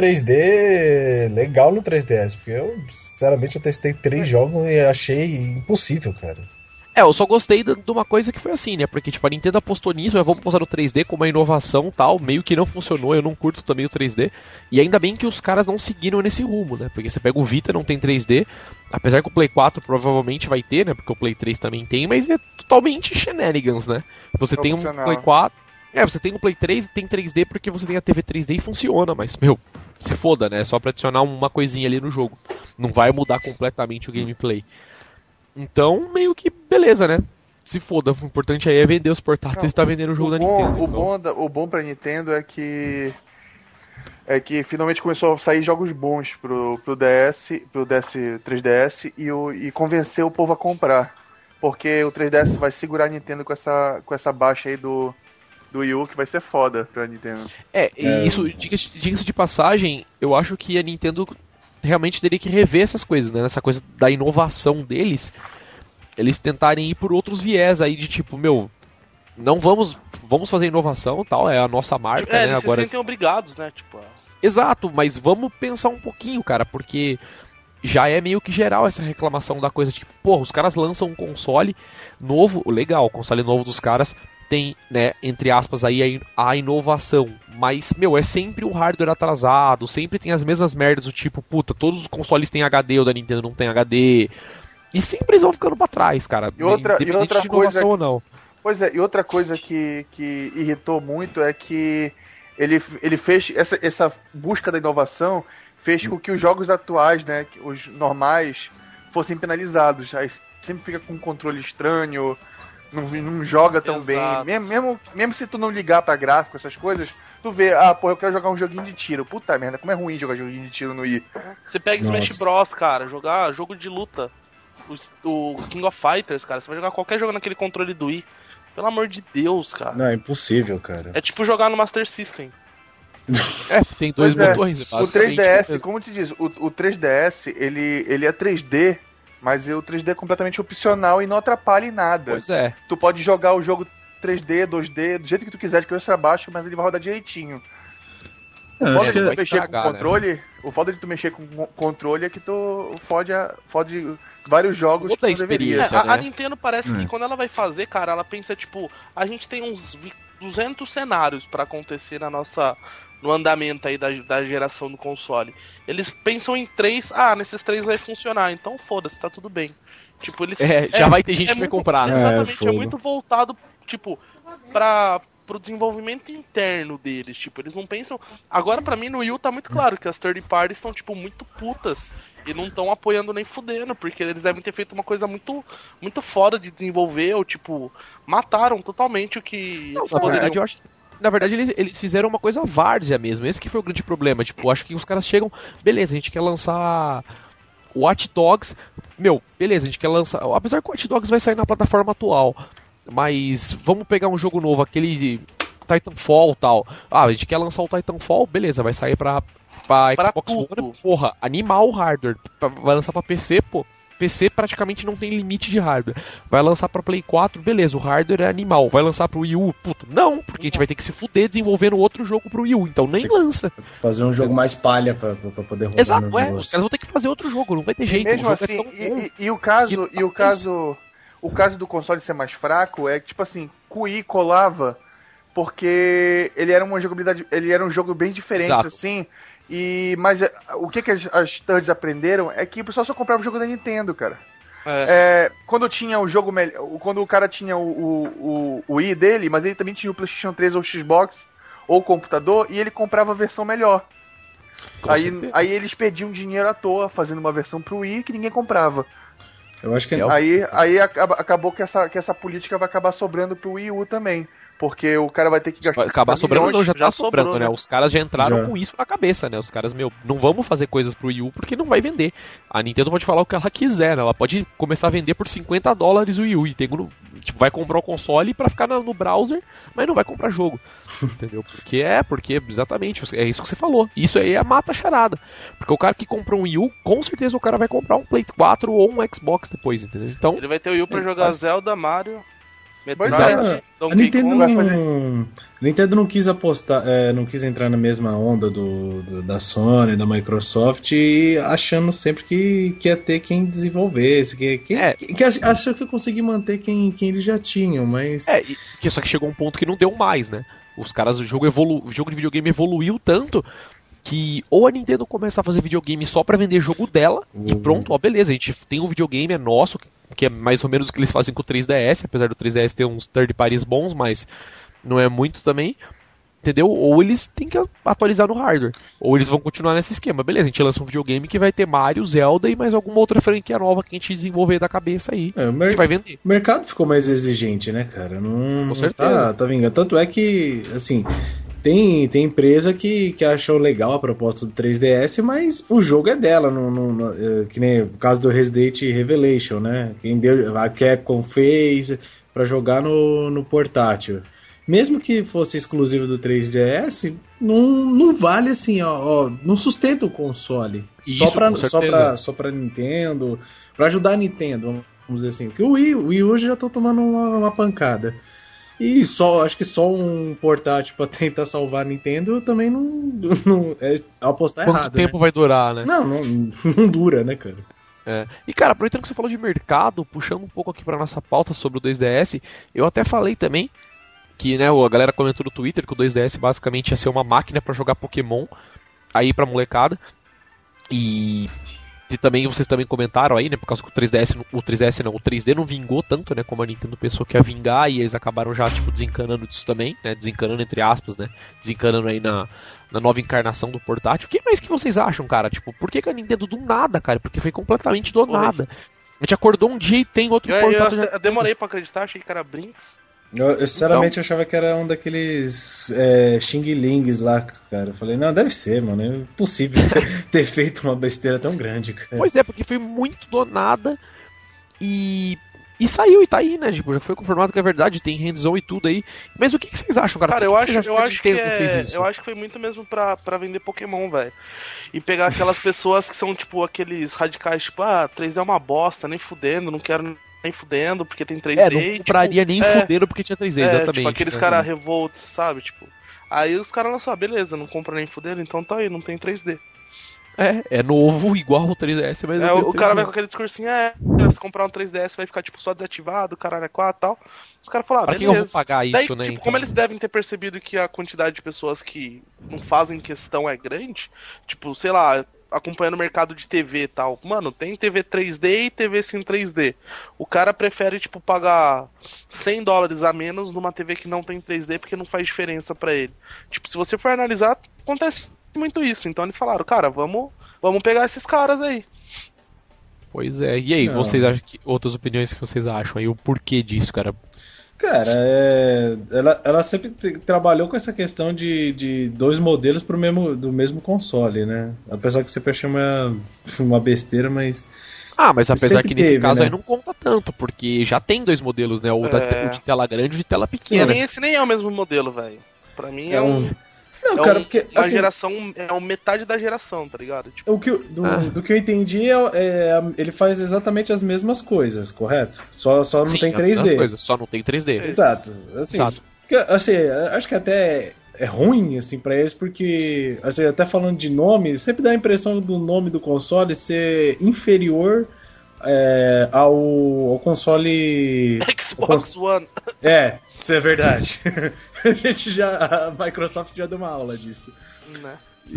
3D legal no 3DS, porque eu, sinceramente, eu testei 3 jogos e achei impossível, cara. Eu só gostei de uma coisa que foi assim, né? Porque, tipo, a Nintendo apostou nisso, vamos posar o 3D como uma inovação tal, meio que não funcionou, eu não curto também o 3D. E ainda bem que os caras não seguiram nesse rumo, né? Porque você pega o Vita, não tem 3D, apesar que o Play 4 provavelmente vai ter, né? Porque o Play 3 também tem, mas é totalmente shenanigans, né? Você tem um Play 4... você tem um Play 3 e tem 3D porque você tem a TV 3D e funciona, mas, se foda, né? É só pra adicionar uma coisinha ali no jogo. Não vai mudar completamente o gameplay. Então, meio que beleza, né? Se foda, o importante aí é vender os portáteis e estar vendendo o jogo da Nintendo. O bom pra Nintendo é que finalmente começou a sair jogos bons pro DS, pro 3DS e convencer o povo a comprar. Porque o 3DS vai segurar a Nintendo com essa baixa aí do Wii U, que vai ser foda pra Nintendo. Isso, diga-se de passagem, eu acho que a Nintendo realmente teria que rever essas coisas, né? Essa coisa da inovação deles, eles tentarem ir por outros viés aí de tipo, não vamos fazer inovação, tal, é a nossa marca, né? Eles agora se sentem obrigados, né? Tipo, exato, mas vamos pensar um pouquinho, cara, porque já é meio que geral essa reclamação da coisa, tipo, porra, os caras lançam um console novo, legal, o console novo dos caras tem, né, entre aspas, aí a inovação, mas, é sempre um hardware atrasado, sempre tem as mesmas merdas do tipo, puta, todos os consoles têm HD, o da Nintendo não tem HD, e sempre eles vão ficando pra trás, cara, independente de inovação ou não. Pois é, e outra coisa que irritou muito é que ele fez essa busca da inovação, fez com que os jogos atuais, né, os normais, fossem penalizados, aí sempre fica com um controle estranho, não joga tão bem. Mesmo se tu não ligar pra gráfico, essas coisas, tu vê, eu quero jogar um joguinho de tiro. Puta merda, como é ruim jogar joguinho de tiro no Wii. Você pega Smash Bros, cara, jogar jogo de luta, o King of Fighters, cara, você vai jogar qualquer jogo naquele controle do Wii. Pelo amor de Deus, cara. Não, é impossível, cara. É tipo jogar no Master System. Tem dois botões. O 3DS, como te diz, o 3DS, ele é 3D, mas o 3D é completamente opcional e não atrapalha em nada. Pois é. Tu pode jogar o jogo 3D, 2D, do jeito que tu quiser, de cabeça abaixo, mas ele vai rodar direitinho. O foda de tu mexer com o controle, o foda de tu mexer com o controle é que tu fode vários jogos que tu deveria. A Nintendo parece que quando ela vai fazer, cara, ela pensa, tipo, a gente tem uns 200 cenários pra acontecer no andamento aí da geração do console. Eles pensam em 3, nesses 3 vai funcionar, então foda-se, tá tudo bem. Tipo, eles já vai ter gente que vai comprar, né? Exatamente, é muito voltado, tipo, pro desenvolvimento interno deles, tipo, eles não pensam... Agora, pra mim, no Wii U tá muito claro que as third parties estão, tipo, muito putas e não estão apoiando nem fudendo, porque eles devem ter feito uma coisa muito, muito foda de desenvolver, ou, tipo, mataram totalmente o que... Na verdade, eles fizeram uma coisa várzea mesmo. Esse que foi o grande problema. Tipo, acho que os caras chegam... Beleza, a gente quer lançar Watch Dogs. Beleza, a gente quer lançar... Apesar que o Watch Dogs vai sair na plataforma atual. Mas vamos pegar um jogo novo, aquele Titanfall e tal. A gente quer lançar o Titanfall, beleza, vai sair pra Xbox One. Porra, animal hardware. Vai lançar pra PC, pô. PC praticamente não tem limite de hardware. Vai lançar pra Play 4, beleza, o hardware é animal. Vai lançar pro Wii U? Puta, não, porque a gente vai ter que se fuder desenvolvendo outro jogo pro Wii U, então nem lança. Fazer um jogo mais palha pra poder rodar. Exato, os caras vão ter que fazer outro jogo, não vai ter jeito. Mesmo assim, o o caso do console ser mais fraco é que, tipo assim, o Wii colava porque ele era uma jogabilidade, ele era um jogo bem diferente, Exato. assim. Mas o que as thirds aprenderam é que o pessoal só comprava o jogo da Nintendo, cara. Quando tinha o jogo quando o cara tinha o Wii dele, mas ele também tinha o PlayStation 3 ou o Xbox ou o computador, e ele comprava a versão melhor. Aí eles perdiam dinheiro à toa fazendo uma versão pro Wii que ninguém comprava. Eu acho que Aí acabou que essa política vai acabar sobrando pro Wii U também. Porque o cara vai ter que gastar. Vai acabar sobrando, milhões. não, já tá sobrando, sobrou, né? né? Os caras já entraram Já. com isso na cabeça, né? Os caras, não vamos fazer coisas pro Wii U porque não vai vender. A Nintendo pode falar o que ela quiser, né? Ela pode começar a vender por $50 o Wii U. E vai comprar o console pra ficar no browser, mas não vai comprar jogo. Entendeu? Porque exatamente, é isso que você falou. Isso aí é a mata charada. Porque o cara que comprou um Wii U, com certeza o cara vai comprar um Play 4 ou um Xbox depois, entendeu? Então, Ele vai ter o Wii U pra jogar Zelda, Mario, Pois Metroid, a Donkey Nintendo Kong. Nintendo não quis apostar, não quis entrar na mesma onda da Sony, da Microsoft, e achando sempre que ia ter quem desenvolvesse, que achou que eu consegui manter quem eles já tinham, mas... só que chegou um ponto que não deu mais, né? Os caras, o jogo de videogame evoluiu tanto que ou a Nintendo começa a fazer videogame só pra vender jogo dela, e pronto, ó, beleza, a gente tem um videogame, é nosso, que é mais ou menos o que eles fazem com o 3DS, apesar do 3DS ter uns third parties bons, mas não é muito também, entendeu? Ou eles têm que atualizar no hardware, ou eles vão continuar nesse esquema, beleza, a gente lança um videogame que vai ter Mario, Zelda e mais alguma outra franquia nova que a gente desenvolver da cabeça aí, que vai vender. O mercado ficou mais exigente, né, cara? Com certeza. Tá vingando. Tanto é que, assim... Tem empresa que achou legal a proposta do 3DS, mas o jogo é dela, que nem o caso do Resident Revelation, né? A Capcom fez pra jogar no portátil. Mesmo que fosse exclusivo do 3DS, não vale assim, ó, não sustenta o console. Isso, Só pra Nintendo, pra ajudar a Nintendo, vamos dizer assim. Porque o Wii hoje já tô tomando uma pancada. E acho que só um portátil pra tentar salvar a Nintendo também não é apostar errado. Quanto tempo né? vai durar, né? Não dura, né, cara? E cara, aproveitando que você falou de mercado, puxando um pouco aqui pra nossa pauta sobre o 2DS, eu até falei também que, né, a galera comentou no Twitter que o 2DS basicamente ia ser uma máquina pra jogar Pokémon aí pra molecada. E também vocês também comentaram aí, né, por causa que o 3D não vingou tanto, né, como a Nintendo pensou que ia vingar, e eles acabaram já, tipo, desencanando disso também, né, desencanando entre aspas, né, desencanando aí na nova encarnação do portátil. O que mais que vocês acham, cara? Tipo, por que a Nintendo do nada, cara? Porque foi completamente do nada. A gente acordou um dia e tem outro portátil. Eu demorei pra acreditar, achei que era Brinks. Eu sinceramente achava que era um daqueles Xing Lings lá, cara. Eu falei, não, deve ser, mano. É impossível ter feito uma besteira tão grande, cara. Pois é, porque foi muito do nada e saiu e tá aí, né? Tipo, já foi confirmado que é verdade, tem hands-on e tudo aí. Mas o que vocês acham, cara? Cara, eu acho que foi muito mesmo pra vender Pokémon, velho. E pegar aquelas pessoas que são, tipo, aqueles radicais, tipo, 3D é uma bosta, nem fudendo, não quero nem fudendo, porque tem 3D. Não compraria nem fudendo porque tinha 3D, exatamente. Tipo, aqueles caras revoltos, sabe? Tipo, aí os caras lançaram, beleza, não compra nem fudendo, então tá aí, não tem 3D. É novo, igual o 3DS, mas o cara vai com aquele discursinho, se comprar um 3DS vai ficar, tipo, só desativado, caralho, é 4 e tal. Os caras falaram, pra beleza. que eu vou pagar isso, daí, né? Tipo, então... como eles devem ter percebido que a quantidade de pessoas que não fazem questão é grande, tipo, sei lá, acompanhando o mercado de TV e tal. Mano, tem TV 3D e TV sem 3D. O cara prefere, tipo, pagar $100 a menos numa TV que não tem 3D porque não faz diferença pra ele. Tipo, se você for analisar, acontece muito isso. Então eles falaram, cara, vamos pegar esses caras aí. Pois é. E aí, vocês acham que outras opiniões que vocês acham aí? O porquê disso, cara? Cara, ela sempre trabalhou com essa questão de dois modelos do mesmo console, né? Apesar que você acha uma besteira, mas... mas apesar que nesse caso, né? aí não conta tanto, porque já tem dois modelos, né? O de tela grande e o de tela pequena. Sim, esse nem é o mesmo modelo, velho. Pra mim Não, cara, porque uma assim, geração é metade da geração, tá ligado? Tipo, do que eu entendi, ele faz exatamente as mesmas coisas, correto? Só não tem 3D. Coisas, só não tem 3D. Exato. Assim, acho que até é ruim assim para eles, porque até falando de nome, sempre dá a impressão do nome do console ser inferior ao console. Xbox One. Isso é verdade. A Microsoft já deu uma aula disso. Né?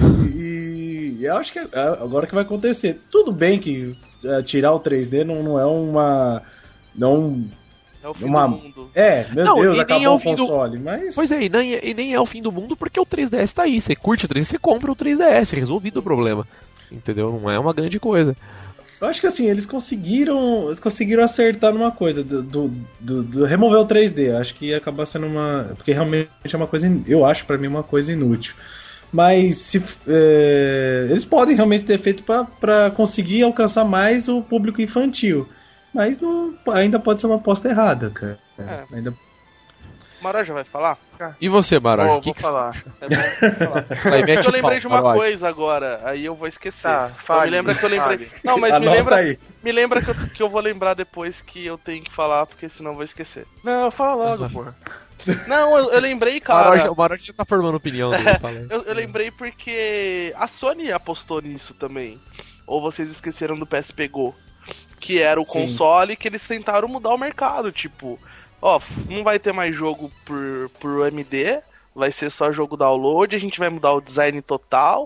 E eu acho que agora que vai acontecer. Tudo bem que tirar o 3D não é uma. Não. É o fim do mundo. Deus, acabou o console. Mas... Pois é, e nem é o fim do mundo porque o 3DS tá aí. Você curte o 3DS, você compra o 3DS, resolvido o problema. Entendeu? Não é uma grande coisa. Eu acho que assim, eles conseguiram acertar numa coisa, do remover o 3D. Acho que ia acabar sendo uma. Porque realmente é uma coisa. Eu acho pra mim uma coisa inútil. Mas eles podem realmente ter feito pra conseguir alcançar mais o público infantil. Mas ainda pode ser uma aposta errada, cara. Ainda... Maroja vai falar? E você, Maroja? Vou falar. É bom falar. Eu lembrei de uma coisa agora, aí eu vou esquecer. Fale, me lembra que eu lembrei. fale. Não, mas Aí. me lembra que eu vou lembrar depois que eu tenho que falar, porque senão eu vou esquecer. Não, fala logo, porra. Não, eu lembrei, cara. O Maroja já tá formando opinião dele. Eu lembrei porque a Sony apostou nisso também. Ou vocês esqueceram do PSP Go? Que era o console que eles tentaram mudar o mercado. Tipo, não vai ter mais jogo por MD, vai ser só jogo download, a gente vai mudar o design total.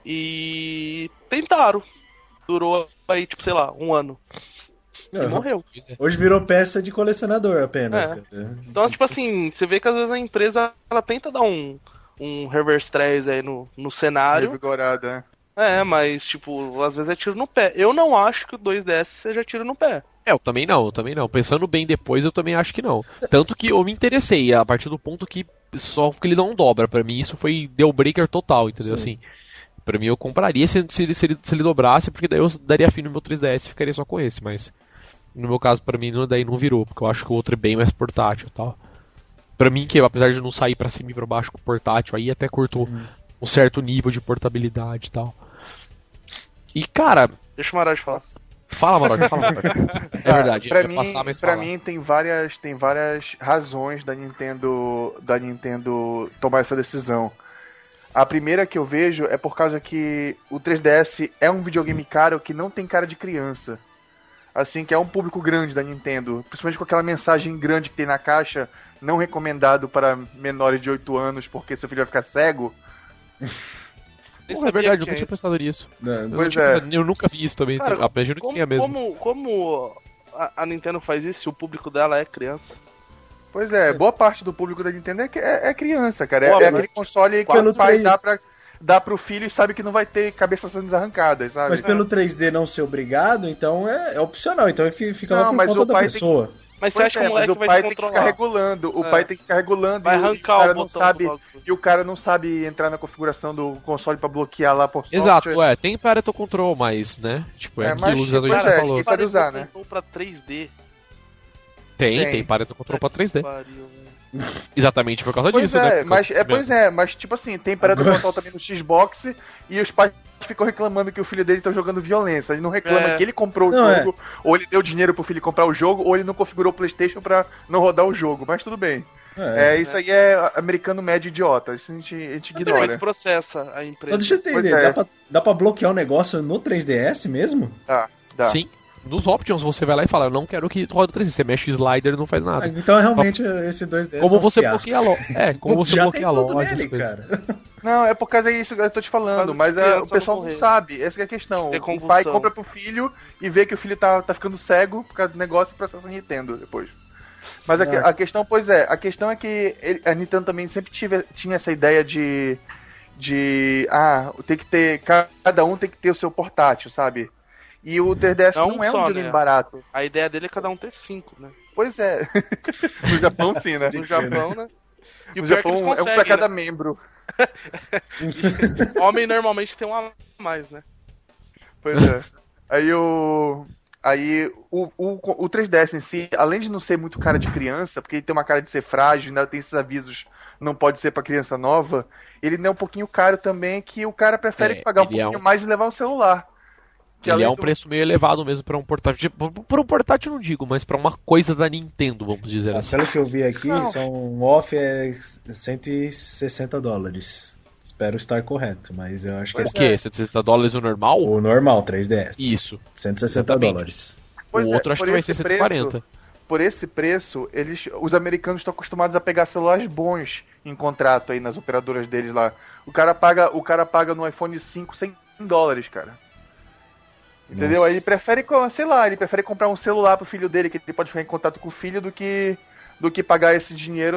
E tentaram. Durou aí, tipo, sei lá, 1 ano. E morreu. Hoje virou peça de colecionador apenas. Cara. Então, tipo assim, você vê que às vezes a empresa ela tenta dar um reverse 3 aí no cenário. Revigorada, mas, tipo, às vezes é tiro no pé. Eu não acho que o 2DS seja tiro no pé. Eu também não. Pensando bem depois, eu também acho que não. Tanto que eu me interessei, a partir do ponto que só porque ele não dobra. Pra mim, isso foi deal breaker total, entendeu? Assim, pra mim, eu compraria se ele dobrasse, porque daí eu daria fim no meu 3DS e ficaria só com esse, mas no meu caso, pra mim, daí não virou, porque eu acho que o outro é bem mais portátil e tal. Pra mim, que apesar de não sair pra cima e pra baixo com o portátil, aí até curtou um certo nível de portabilidade e tal. E, cara... Deixa o Maroja falar. Fala, Maroja, fala. É verdade, pra mim tem várias razões da Nintendo tomar essa decisão. A primeira que eu vejo é por causa que o 3DS é um videogame caro que não tem cara de criança. Assim, que é um público grande da Nintendo, principalmente com aquela mensagem grande que tem na caixa, não recomendado para menores de 8 anos porque seu filho vai ficar cego. Porra, é verdade, eu nunca tinha pensado nisso. Eu nunca vi isso também. Cara, imagino que tinha mesmo. Como a Nintendo faz isso se o público dela é criança? Pois é, boa parte do público da Nintendo é criança, cara. É aquele console que o pai dá pro filho e sabe que não vai ter cabeças sendo arrancadas, sabe? Mas pelo 3D não ser obrigado, então é opcional. Então fica lá por conta da pessoa. Mas você acha que o moleque vai pai tem que ficar regulando. O pai tem que ficar regulando vai arrancar o cara não sabe. E o cara não sabe entrar na configuração do console pra bloquear lá por software. Exato, tem parental control, mas, né? Tipo, aquilo que a gente falou. Sabe usar, né? Pra 3D. Tem parental control pra 3D. Exatamente por causa disso, né? Mas tipo assim, tem parental control também no Xbox e os pais ficam reclamando que o filho dele tá jogando violência. Ele não reclama que ele comprou o jogo, ou ele deu dinheiro pro filho comprar o jogo, ou ele não configurou o PlayStation pra não rodar o jogo, mas tudo bem. Isso aí é americano médio idiota, isso a gente ignora. Mas processa a empresa. Só deixa eu entender, dá pra bloquear o negócio no 3DS mesmo? Dá. Sim. Nos options você vai lá e fala, eu não quero que rode 3D. Você mexe o slider e não faz nada. Então realmente esse 2DS como você bloqueia a loja. Como você bloqueia a loja. Cara. Não, é por causa disso que eu tô te falando, mas o pessoal não sabe. Essa é a questão. O pai compra pro filho e vê que o filho tá ficando cego por causa do negócio e processa a Nintendo depois. Mas a questão, a questão é que a Nintendo também sempre tinha essa ideia de tem que ter, cada um tem que ter o seu portátil, sabe? E o 3DS não é um videogame barato. A ideia dele é cada um ter 5, né? Pois é. No Japão sim, né? No Japão, né? E no Japão é um pra cada membro. Homem normalmente tem um a mais, né? Pois é. Aí o 3DS em si, além de não ser muito cara de criança, porque ele tem uma cara de ser frágil, ainda tem esses avisos, não pode ser pra criança nova, ele é um pouquinho caro também, que o cara prefere pagar um pouquinho mais e levar um celular. Ele é um preço meio elevado mesmo pra um portátil. Por um portátil não digo, mas pra uma coisa da Nintendo, vamos dizer assim. Pelo que eu vi aqui, um off é $160. Espero estar correto, mas eu acho que o quê? $160 o normal? O normal, 3DS. Isso. $160. Pois o outro acho por que vai ser esse 140. Por esse preço, os americanos estão acostumados a pegar celulares bons em contrato aí nas operadoras deles lá. O cara paga no iPhone 5 $100, cara. Entendeu? Nossa. Aí ele prefere, sei lá, ele prefere comprar um celular pro filho dele, que ele pode ficar em contato com o filho, do que pagar esse dinheiro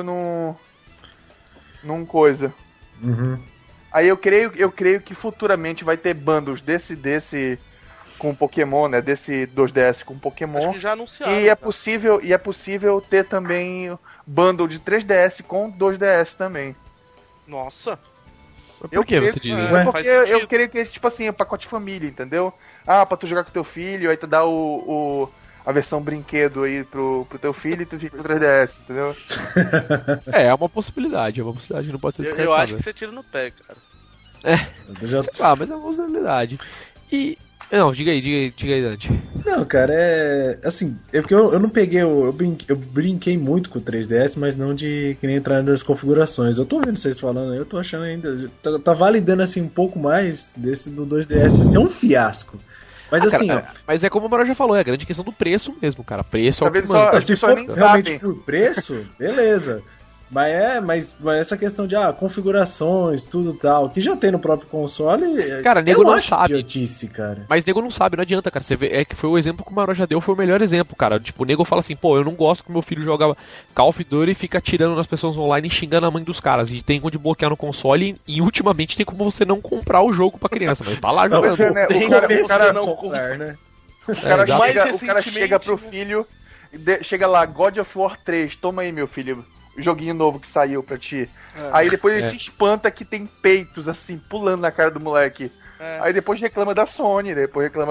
num coisa. Uhum. Aí eu creio que futuramente vai ter bundles desse com Pokémon, né? Desse 2DS com Acho Pokémon. que já anunciaram. E é possível ter também bundle de 3DS com 2DS também. Nossa. Mas por que você creio- diz isso? Ué? Porque Faz eu sentido. creio que é tipo assim, pacote família, entendeu? Pra tu jogar com teu filho, aí tu dá a versão brinquedo aí pro teu filho e tu fica com o 3DS, entendeu? É uma possibilidade, não pode ser Eu descartada. acho que você tira no pé, cara. Eu já- Sei lá, mas é uma possibilidade. E. Não, diga aí, Dante. Não, cara, é. Assim, é porque eu não peguei. Eu brinquei muito com o 3DS, mas não de que nem entrar nas configurações. Eu tô vendo vocês falando aí, eu tô achando ainda. Tá validando assim um pouco mais desse do 2DS ser um fiasco. Mas assim, Cara, mas é como o Mauro já falou, é a grande questão do preço mesmo, cara. Preço é o que Talvez só- manda. as se pessoas for nem realmente sabem. por preço, beleza. Mas essa questão de configurações, tudo tal, que já tem no próprio console. Cara, nego eu não acho sabe. idiotice, cara. Mas nego não sabe, não adianta, cara. Você vê, é que foi o exemplo que o Mauro já deu, foi o melhor exemplo, cara. Tipo, o nego fala assim, pô, eu não gosto que meu filho joga Call of Duty e fica atirando nas pessoas online e xingando a mãe dos caras. E tem onde bloquear no console e ultimamente tem como você não comprar o jogo pra criança, mas tá lá jogando. Pois é, né? Tem O cara não comprar, né? exato. Mais o cara recentemente, chega pro filho, chega lá, God of War 3, toma aí, meu filho, o joguinho novo que saiu pra ti. Aí depois ele se espanta que tem peitos, assim, pulando na cara do moleque. É. Aí depois reclama da Sony, depois reclama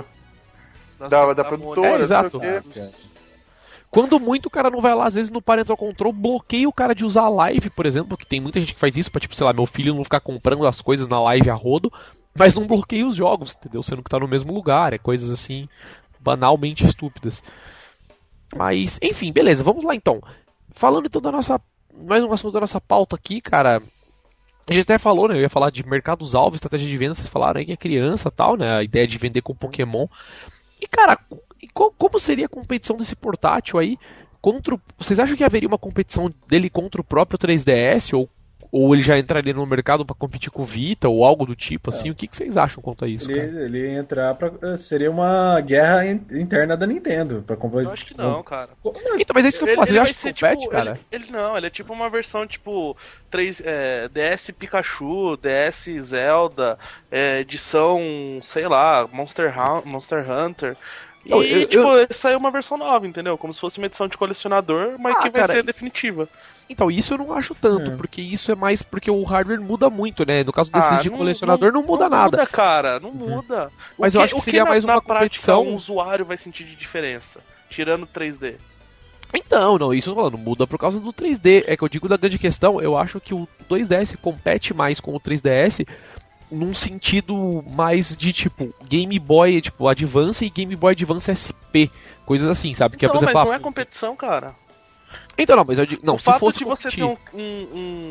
da produtora, É, não sei exato. o quê. Quando muito o cara não vai lá, às vezes no Parental Control, bloqueia o cara de usar a live, por exemplo, que tem muita gente que faz isso pra, tipo, sei lá, meu filho não ficar comprando as coisas na live a rodo, mas não bloqueia os jogos, entendeu? Sendo que tá no mesmo lugar, é coisas assim, banalmente estúpidas. Mas, enfim, beleza, vamos lá então. Falando então da nossa. Mais um assunto da nossa pauta aqui, cara. A gente até falou, né? Eu ia falar de mercados-alvo, estratégia de venda, vocês falaram aí que é criança e tal, né? A ideia de vender com Pokémon. E, cara, como seria a competição desse portátil aí contra o... Vocês acham que haveria uma competição dele contra o próprio 3DS? Ou ele já entraria no mercado pra competir com o Vita ou algo do tipo, assim? O que vocês acham quanto a isso, cara? Ele ia entrar pra. Seria uma guerra interna da Nintendo. Pra comprar. Eu acho que não, cara. Então, mas é isso que eu falo. Você vai acha que ser, compete, tipo, cara? Ele é tipo uma versão tipo DS Pikachu, DS Zelda, edição, sei lá, Monster Hunter. E Não, saiu uma versão nova, entendeu? Como se fosse uma edição de colecionador, mas que vai cara, ser definitiva. Então, isso eu não acho tanto, porque isso é mais porque o hardware muda muito, né? No caso desses de colecionador não muda nada. Não muda, cara, não muda. Mas eu acho que seria mais uma na prática competição. um usuário vai sentir de diferença, tirando 3D. Então, não, isso eu tô falando, muda por causa do 3D. É que eu digo da grande questão, eu acho que o 2DS compete mais com o 3DS num sentido mais de tipo Game Boy, tipo Advance e Game Boy Advance SP, coisas assim, sabe? Que Não, por exemplo, mas não é competição, cara. Então não, mas eu digo, não, O se fato fosse de você ter competir,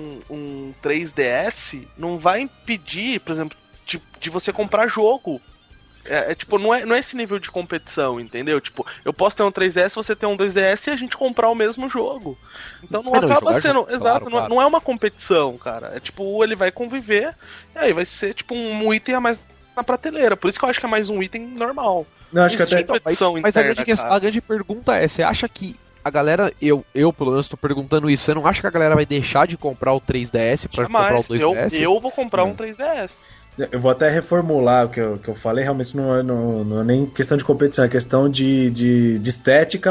um 3DS não vai impedir, por exemplo, de você comprar jogo. Tipo, não é esse nível de competição, entendeu? Tipo, eu posso ter um 3DS, você ter um 2DS e a gente comprar o mesmo jogo. Então não acaba sendo. Junto, Exato, claro. não é uma competição, cara. É tipo, ele vai conviver, e aí vai ser tipo um item a mais na prateleira. Por isso que eu acho que é mais um item normal. Não, acho que Existe até. competição mas a interna, grande, cara. a grande pergunta é, você acha que a galera, eu pelo menos tô perguntando isso, você não acha que a galera vai deixar de comprar o 3DS pra comprar o Jamais. 2DS? Eu vou comprar um 3DS. Eu vou até reformular o que eu falei, realmente não é nem questão de competição, é questão de estética,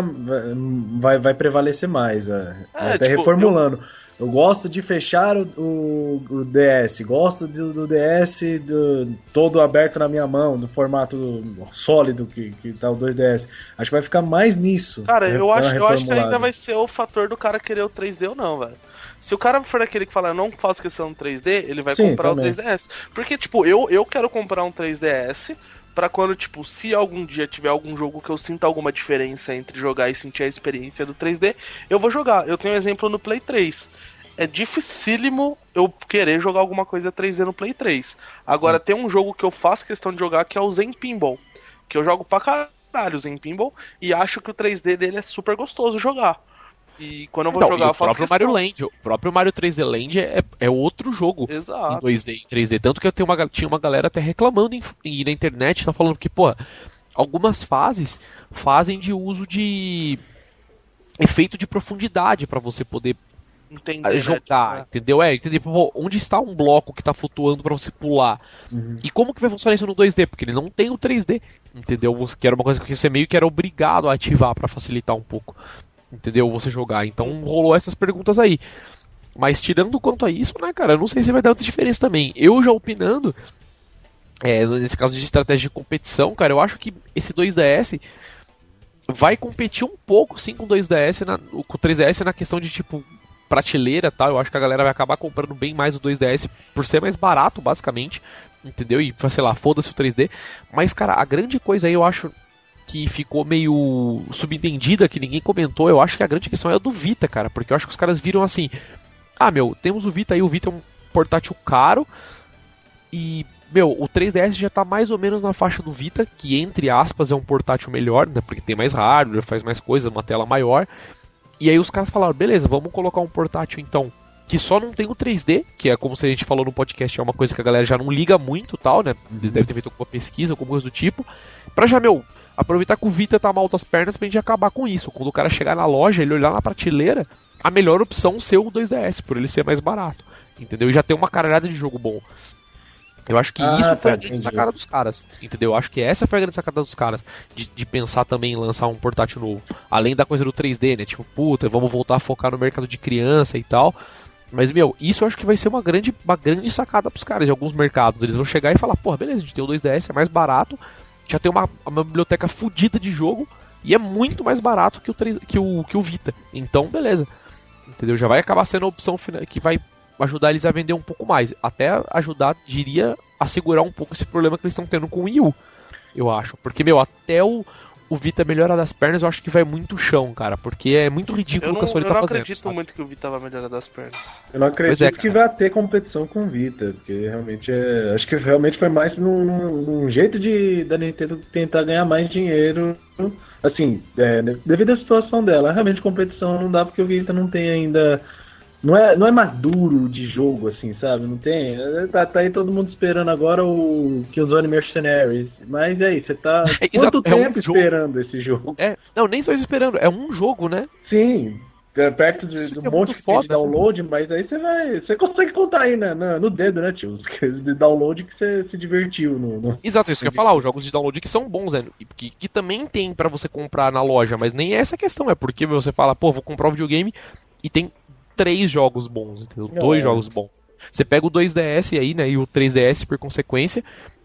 vai prevalecer mais. Até tipo, reformulando. Eu gosto de fechar o DS, gosto do DS todo aberto na minha mão, do formato sólido que tá o 2DS. Acho que vai ficar mais nisso. Cara, eu acho que reformulado. ainda vai ser o fator do cara querer o 3D ou não, velho. Se o cara for aquele que fala, eu não faço questão do 3D, ele vai Sim, comprar também. o 3DS. Porque, tipo, eu quero comprar um 3DS pra quando, tipo, se algum dia tiver algum jogo que eu sinta alguma diferença entre jogar e sentir a experiência do 3D, eu vou jogar. Eu tenho um exemplo no Play 3. É dificílimo eu querer jogar alguma coisa 3D no Play 3. Agora, tem um jogo que eu faço questão de jogar que é o Zen Pinball. Que eu jogo pra caralho caralhos em pinball e acho que o 3D dele é super gostoso jogar. E quando eu vou Então, jogar, e eu o faço próprio questão. Mario Land, o próprio Mario 3D Land é outro jogo em Exato. 2D e 3D. Tanto que tinha uma galera até reclamando na internet, tá falando que, pô, algumas fases fazem de uso de efeito de profundidade pra você poder Entender, jogar, né? entendeu? Entender, pô, onde está um bloco que tá flutuando pra você pular. E como que vai funcionar isso no 2D? Porque ele não tem o 3D, entendeu? Que era uma coisa que você meio que era obrigado a ativar pra facilitar um pouco, entendeu? Você jogar. Então rolou essas perguntas aí. Mas tirando quanto a isso, né, cara, eu não sei se vai dar outra diferença também. Eu já opinando, nesse caso de estratégia de competição, cara, eu acho que esse 2DS vai competir um pouco, sim, com o 2DS, com o 3DS na questão de, tipo, prateleira, tá? Eu acho que a galera vai acabar comprando bem mais o 2DS por ser mais barato, basicamente, entendeu? E, sei lá, foda-se o 3D. Mas, cara, a grande coisa aí, eu acho que ficou meio subentendida, que ninguém comentou, eu acho que a grande questão é a do Vita, cara, porque eu acho que os caras viram assim, temos o Vita aí, o Vita é um portátil caro, e, o 3DS já tá mais ou menos na faixa do Vita, que, entre aspas, é um portátil melhor, né, porque tem mais hardware, faz mais coisas, uma tela maior. E aí os caras falaram, beleza, vamos colocar um portátil então que só não tem o 3D, que é como se a gente falou no podcast, é uma coisa que a galera já não liga muito, tal, né? Deve ter feito alguma pesquisa, alguma coisa do tipo. Pra já, aproveitar que o Vita tá mal das pernas pra gente acabar com isso. Quando o cara chegar na loja, ele olhar na prateleira, a melhor opção ser o 2DS, por ele ser mais barato, entendeu? E já tem uma caralhada de jogo bom. Eu acho que isso foi a grande sacada dos caras, entendeu? Eu acho que essa foi a grande sacada dos caras, de pensar também em lançar um portátil novo. Além da coisa do 3D, né? Tipo, puta, vamos voltar a focar no mercado de criança e tal. Mas, isso eu acho que vai ser uma grande sacada pros caras de alguns mercados. Eles vão chegar e falar, porra, beleza, a gente tem o 2DS, é mais barato, já tem uma biblioteca fodida de jogo, e é muito mais barato que o Vita. Então, beleza. Entendeu? Já vai acabar sendo a opção que vai ajudar eles a vender um pouco mais. Até ajudar, diria, a segurar um pouco esse problema que eles estão tendo com o Wii U, eu acho. Porque, até o Vita melhorar das pernas, eu acho que vai muito chão, cara. Porque é muito ridículo o que a Sony tá fazendo. Eu não acredito muito que o Vita vai melhorar das pernas. Eu não acredito que vai ter competição com o Vita. Porque realmente acho que realmente foi mais num jeito da Nintendo tentar ganhar mais dinheiro. Assim, devido à situação dela. Realmente competição não dá porque o Vita não tem ainda... Não é maduro de jogo, assim, sabe? Não tem. Tá aí todo mundo esperando agora o Killzone Mercenaries. Mas aí, você tá quanto tempo esperando esse jogo? Não, nem só esperando, é um jogo, né? Sim, perto do monte de download, né? Mas aí você consegue contar aí no dedo, né, tio? De download que você se divertiu. Exato, isso que eu ia falar, os jogos de download que são bons, né? Que também tem pra você comprar na loja, mas nem é essa a questão, é porque você fala, pô, vou comprar um videogame e tem 3 jogos bons, entendeu? 2 jogos bons. Você pega o 2DS aí, né, e o 3DS por consequência,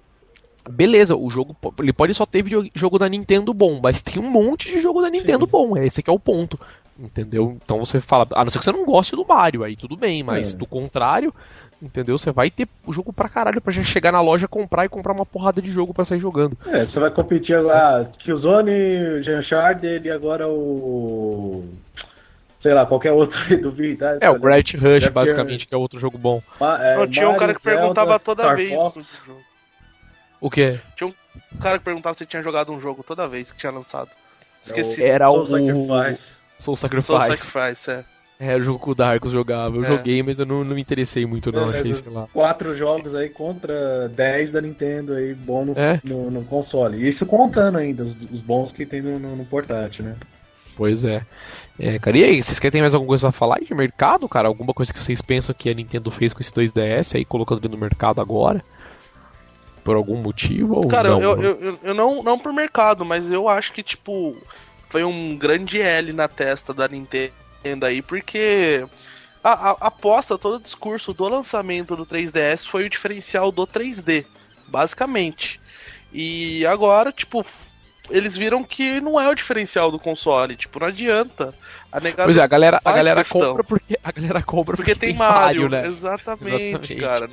beleza, o jogo, ele pode só ter jogo da Nintendo bom, mas tem um monte de jogo da Nintendo bom, esse que é o ponto, entendeu? Então você fala, a não ser que você não goste do Mario, aí tudo bem, mas do contrário, entendeu? Você vai ter jogo pra caralho pra já chegar na loja, comprar uma porrada de jogo pra sair jogando. Você vai competir lá, Killzone, Uncharted e agora o... sei lá, qualquer outro do Vita. O Gravity Rush, basicamente, que é outro jogo bom. Tinha um cara que perguntava toda vez sobre o jogo. O quê? Tinha um cara que perguntava se tinha jogado um jogo toda vez que tinha lançado. Esqueci. Era o Soul Sacrifice. Soul Sacrifice, Era o jogo que o Darkus jogava. Eu joguei, mas eu não me interessei muito, não. Achei, sei lá. 4 jogos aí contra 10 da Nintendo aí, bom no console. Isso contando ainda os bons que tem no portátil, né? Pois é. Cara, e aí, vocês querem ter mais alguma coisa pra falar aí de mercado, cara? Alguma coisa que vocês pensam que a Nintendo fez com esse 2DS aí, colocando ele no mercado agora? Por algum motivo? Ou cara, não? Eu não por mercado, mas eu acho que, tipo, foi um grande L na testa da Nintendo aí, porque a aposta, todo o discurso do lançamento do 3DS foi o diferencial do 3D, basicamente. E agora, tipo, eles viram que não é o diferencial do console, tipo, não adianta. Pois é, a galera compra porque tem Mario, né? Exatamente, cara.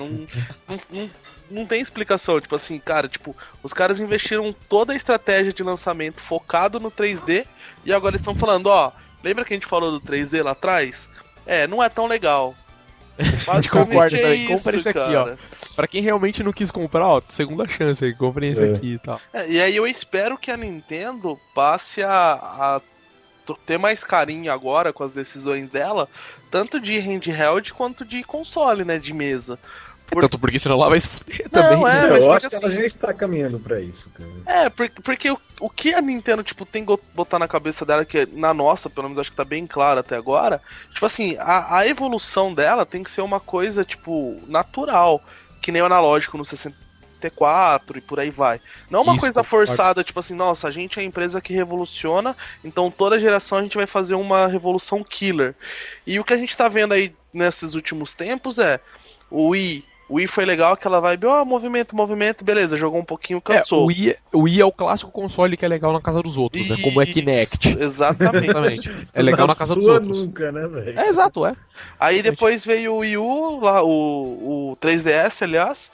Não tem explicação, tipo assim, cara, tipo, os caras investiram toda a estratégia de lançamento focado no 3D e agora eles estão falando, lembra que a gente falou do 3D lá atrás? Não é tão legal. A gente concorda é também. isso, Compra esse aqui, cara. ó. Pra quem realmente não quis comprar, ó, segunda chance aí, comprem esse aqui e tal. E aí eu espero que a Nintendo passe a ter mais carinho agora com as decisões dela, tanto de handheld quanto de console, né, de mesa. Tanto porque senão lá vai se fuder Não, também. é, né? mas eu porque acho que ela já está caminhando pra isso, cara. Porque o que a Nintendo, tipo, tem que botar na cabeça dela, que na nossa, pelo menos acho que tá bem claro até agora, tipo assim, a evolução dela tem que ser uma coisa, tipo, natural, que nem o analógico no 64 e por aí vai. Não uma Isso, coisa concordo. forçada, tipo assim, nossa, a gente é a empresa que revoluciona, então toda geração a gente vai fazer uma revolução killer. E o que a gente tá vendo aí nesses últimos tempos é o Wii foi legal, aquela vibe, movimento, beleza, jogou um pouquinho, cansou. O Wii é o clássico console que é legal na casa dos outros, né? Como é Kinect. Exatamente. Exatamente. É legal na casa dos Sua outros. nunca, né, velho? É, exato, é. Aí depois veio o Wii U, lá, o 3DS, aliás.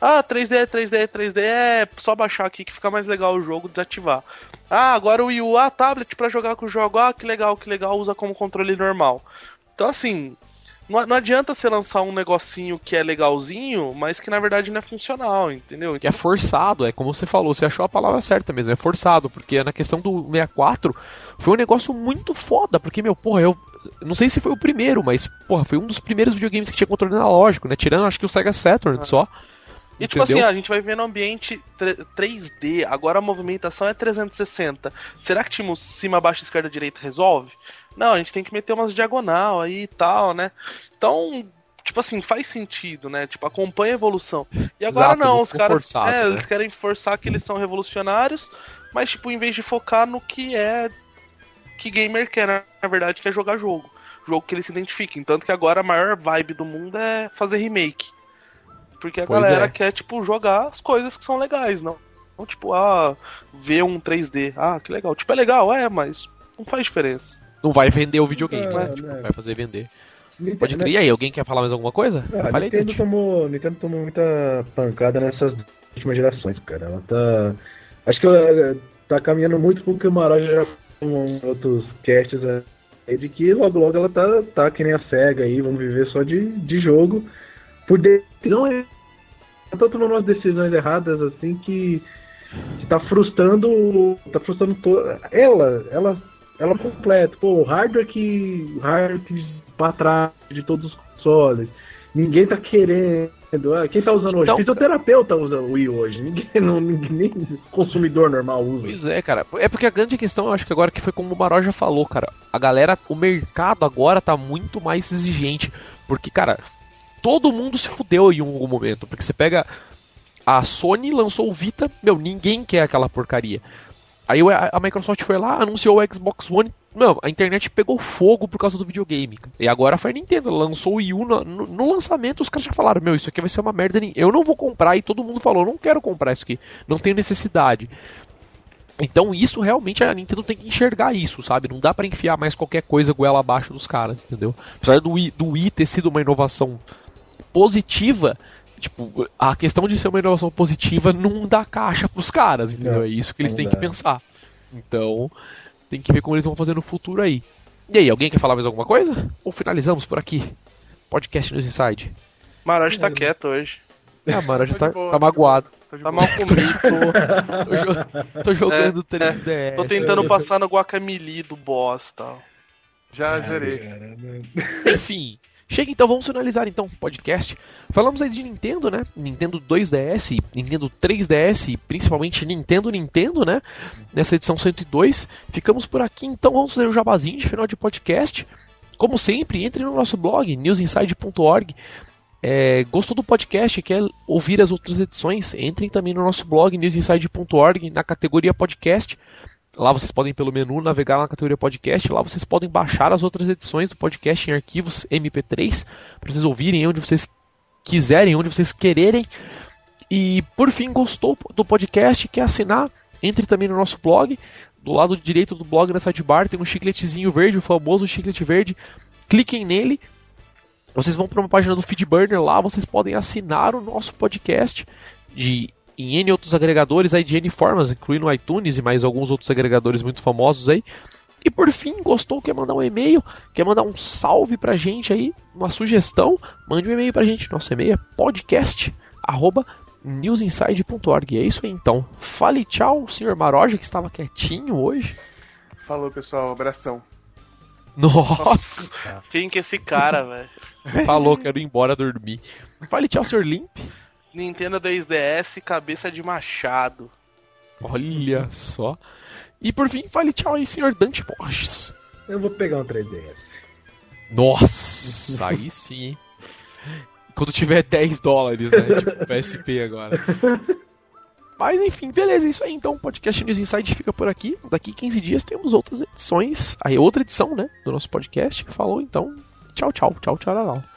3D é só baixar aqui que fica mais legal o jogo, desativar. Agora o Wii U, tablet pra jogar com o jogo, que legal, usa como controle normal. Então assim, não adianta você lançar um negocinho que é legalzinho, mas que na verdade não é funcional, entendeu? Que é forçado, é como você falou, você achou a palavra certa mesmo, é forçado, porque na questão do 64 foi um negócio muito foda, porque, eu não sei se foi o primeiro, mas, foi um dos primeiros videogames que tinha controle analógico, né, tirando acho que o Sega Saturn só. E tipo assim, a gente vai ver no ambiente 3D, agora a movimentação é 360. Será que tipo cima, baixo, esquerda, direita resolve? Não, a gente tem que meter umas diagonal aí e tal, né? Então, tipo assim, faz sentido, né? Tipo, acompanha a evolução. E agora Exato, não, não os ficou caras forçado, né? eles querem forçar que eles são revolucionários, mas tipo, em vez de focar no que gamer quer, na verdade, que é jogar jogo. Jogo que eles se identifiquem. Tanto que agora a maior vibe do mundo é fazer remake. Porque a galera quer, tipo, jogar as coisas que são legais, não tipo, ver um 3D. Que legal. Tipo, é legal, mas não faz diferença. Não vai vender o videogame, né? Né? Tipo, vai fazer vender. Nintendo, Pode crer. E aí, alguém quer falar mais alguma coisa? A Nintendo tomou muita pancada nessas últimas gerações, cara. Ela tá... Acho que ela tá caminhando muito pro que o Maraja já falou em outros casts aí, de que logo ela tá que nem a SEGA aí, vamos viver só de jogo. Por decisão, ela tá tomando umas decisões erradas, assim, que tá frustrando ela completa. Pô, o hardware que pra trás de todos os consoles. Ninguém tá querendo. Quem tá usando hoje? Fisioterapeuta usa o Wii hoje. Nem consumidor normal usa. Pois é, cara. É porque a grande questão, eu acho que agora que foi como o Maró já falou, cara. A galera, o mercado agora tá muito mais exigente. Porque, cara, todo mundo se fudeu em algum momento. Porque você pega... A Sony lançou o Vita, ninguém quer aquela porcaria. Aí a Microsoft foi lá, anunciou o Xbox One. A internet pegou fogo por causa do videogame. E agora foi a Nintendo, lançou o Wii U no lançamento, os caras já falaram, isso aqui vai ser uma merda, eu não vou comprar. E todo mundo falou, não quero comprar isso aqui, não tenho necessidade. Então isso realmente a Nintendo tem que enxergar isso, sabe? Não dá pra enfiar mais qualquer coisa goela abaixo dos caras, entendeu? Apesar do Wii ter sido uma inovação positiva... Tipo, a questão de ser uma inovação positiva não dá caixa pros caras, entendeu? É isso que eles têm que pensar. Então, tem que ver como eles vão fazer no futuro aí. E aí, alguém quer falar mais alguma coisa? Ou finalizamos por aqui? Podcast News Inside. Marajo tá quieto hoje. Marajo tá magoado. Tá mal comido. Tô jogando 3DS. Tô tentando passar no Guacamole do boss e tal. Já zerei. Enfim... Chega então, vamos finalizar então o podcast. Falamos aí de Nintendo, né? Nintendo 2DS, Nintendo 3DS e principalmente Nintendo, né? Nessa edição 102. Ficamos por aqui, então vamos fazer um jabazinho de final de podcast. Como sempre, entre no nosso blog, newsinside.org. Gostou do podcast e quer ouvir as outras edições? Entrem também no nosso blog, newsinside.org, na categoria podcast. Lá vocês podem, pelo menu, navegar na categoria podcast. Lá vocês podem baixar as outras edições do podcast em arquivos MP3 para vocês ouvirem onde vocês quiserem, onde vocês quererem. E, por fim, gostou do podcast, quer assinar? Entre também no nosso blog. Do lado direito do blog, na sidebar, tem um chicletezinho verde, o famoso chiclete verde. Cliquem nele. Vocês vão para uma página do Feedburner. Lá vocês podem assinar o nosso podcast em N outros agregadores aí de N formas, incluindo o iTunes e mais alguns outros agregadores muito famosos aí. E por fim, gostou, quer mandar um e-mail, quer mandar um salve pra gente aí, uma sugestão, mande um e-mail pra gente. Nosso e-mail é podcast@newsinside.org. É isso aí então. Fale tchau, senhor Maroja, que estava quietinho hoje. Falou, pessoal. Abração. Nossa! Quem que é esse cara, velho? Falou, quero ir embora dormir. Fale tchau, senhor Limp. Nintendo 2DS, cabeça de machado. Olha só. E por fim, fale tchau aí, senhor Dante Borges. Eu vou pegar um 3DS. Nossa, aí sim, hein? Quando tiver $10, né? Tipo PSP agora. Mas enfim, beleza, é isso aí. Então o podcast News Inside fica por aqui. Daqui 15 dias temos outras edições. Aí outra edição, né? Do nosso podcast. Falou então. Tchau, tchau. Tchau, tchau, tchau.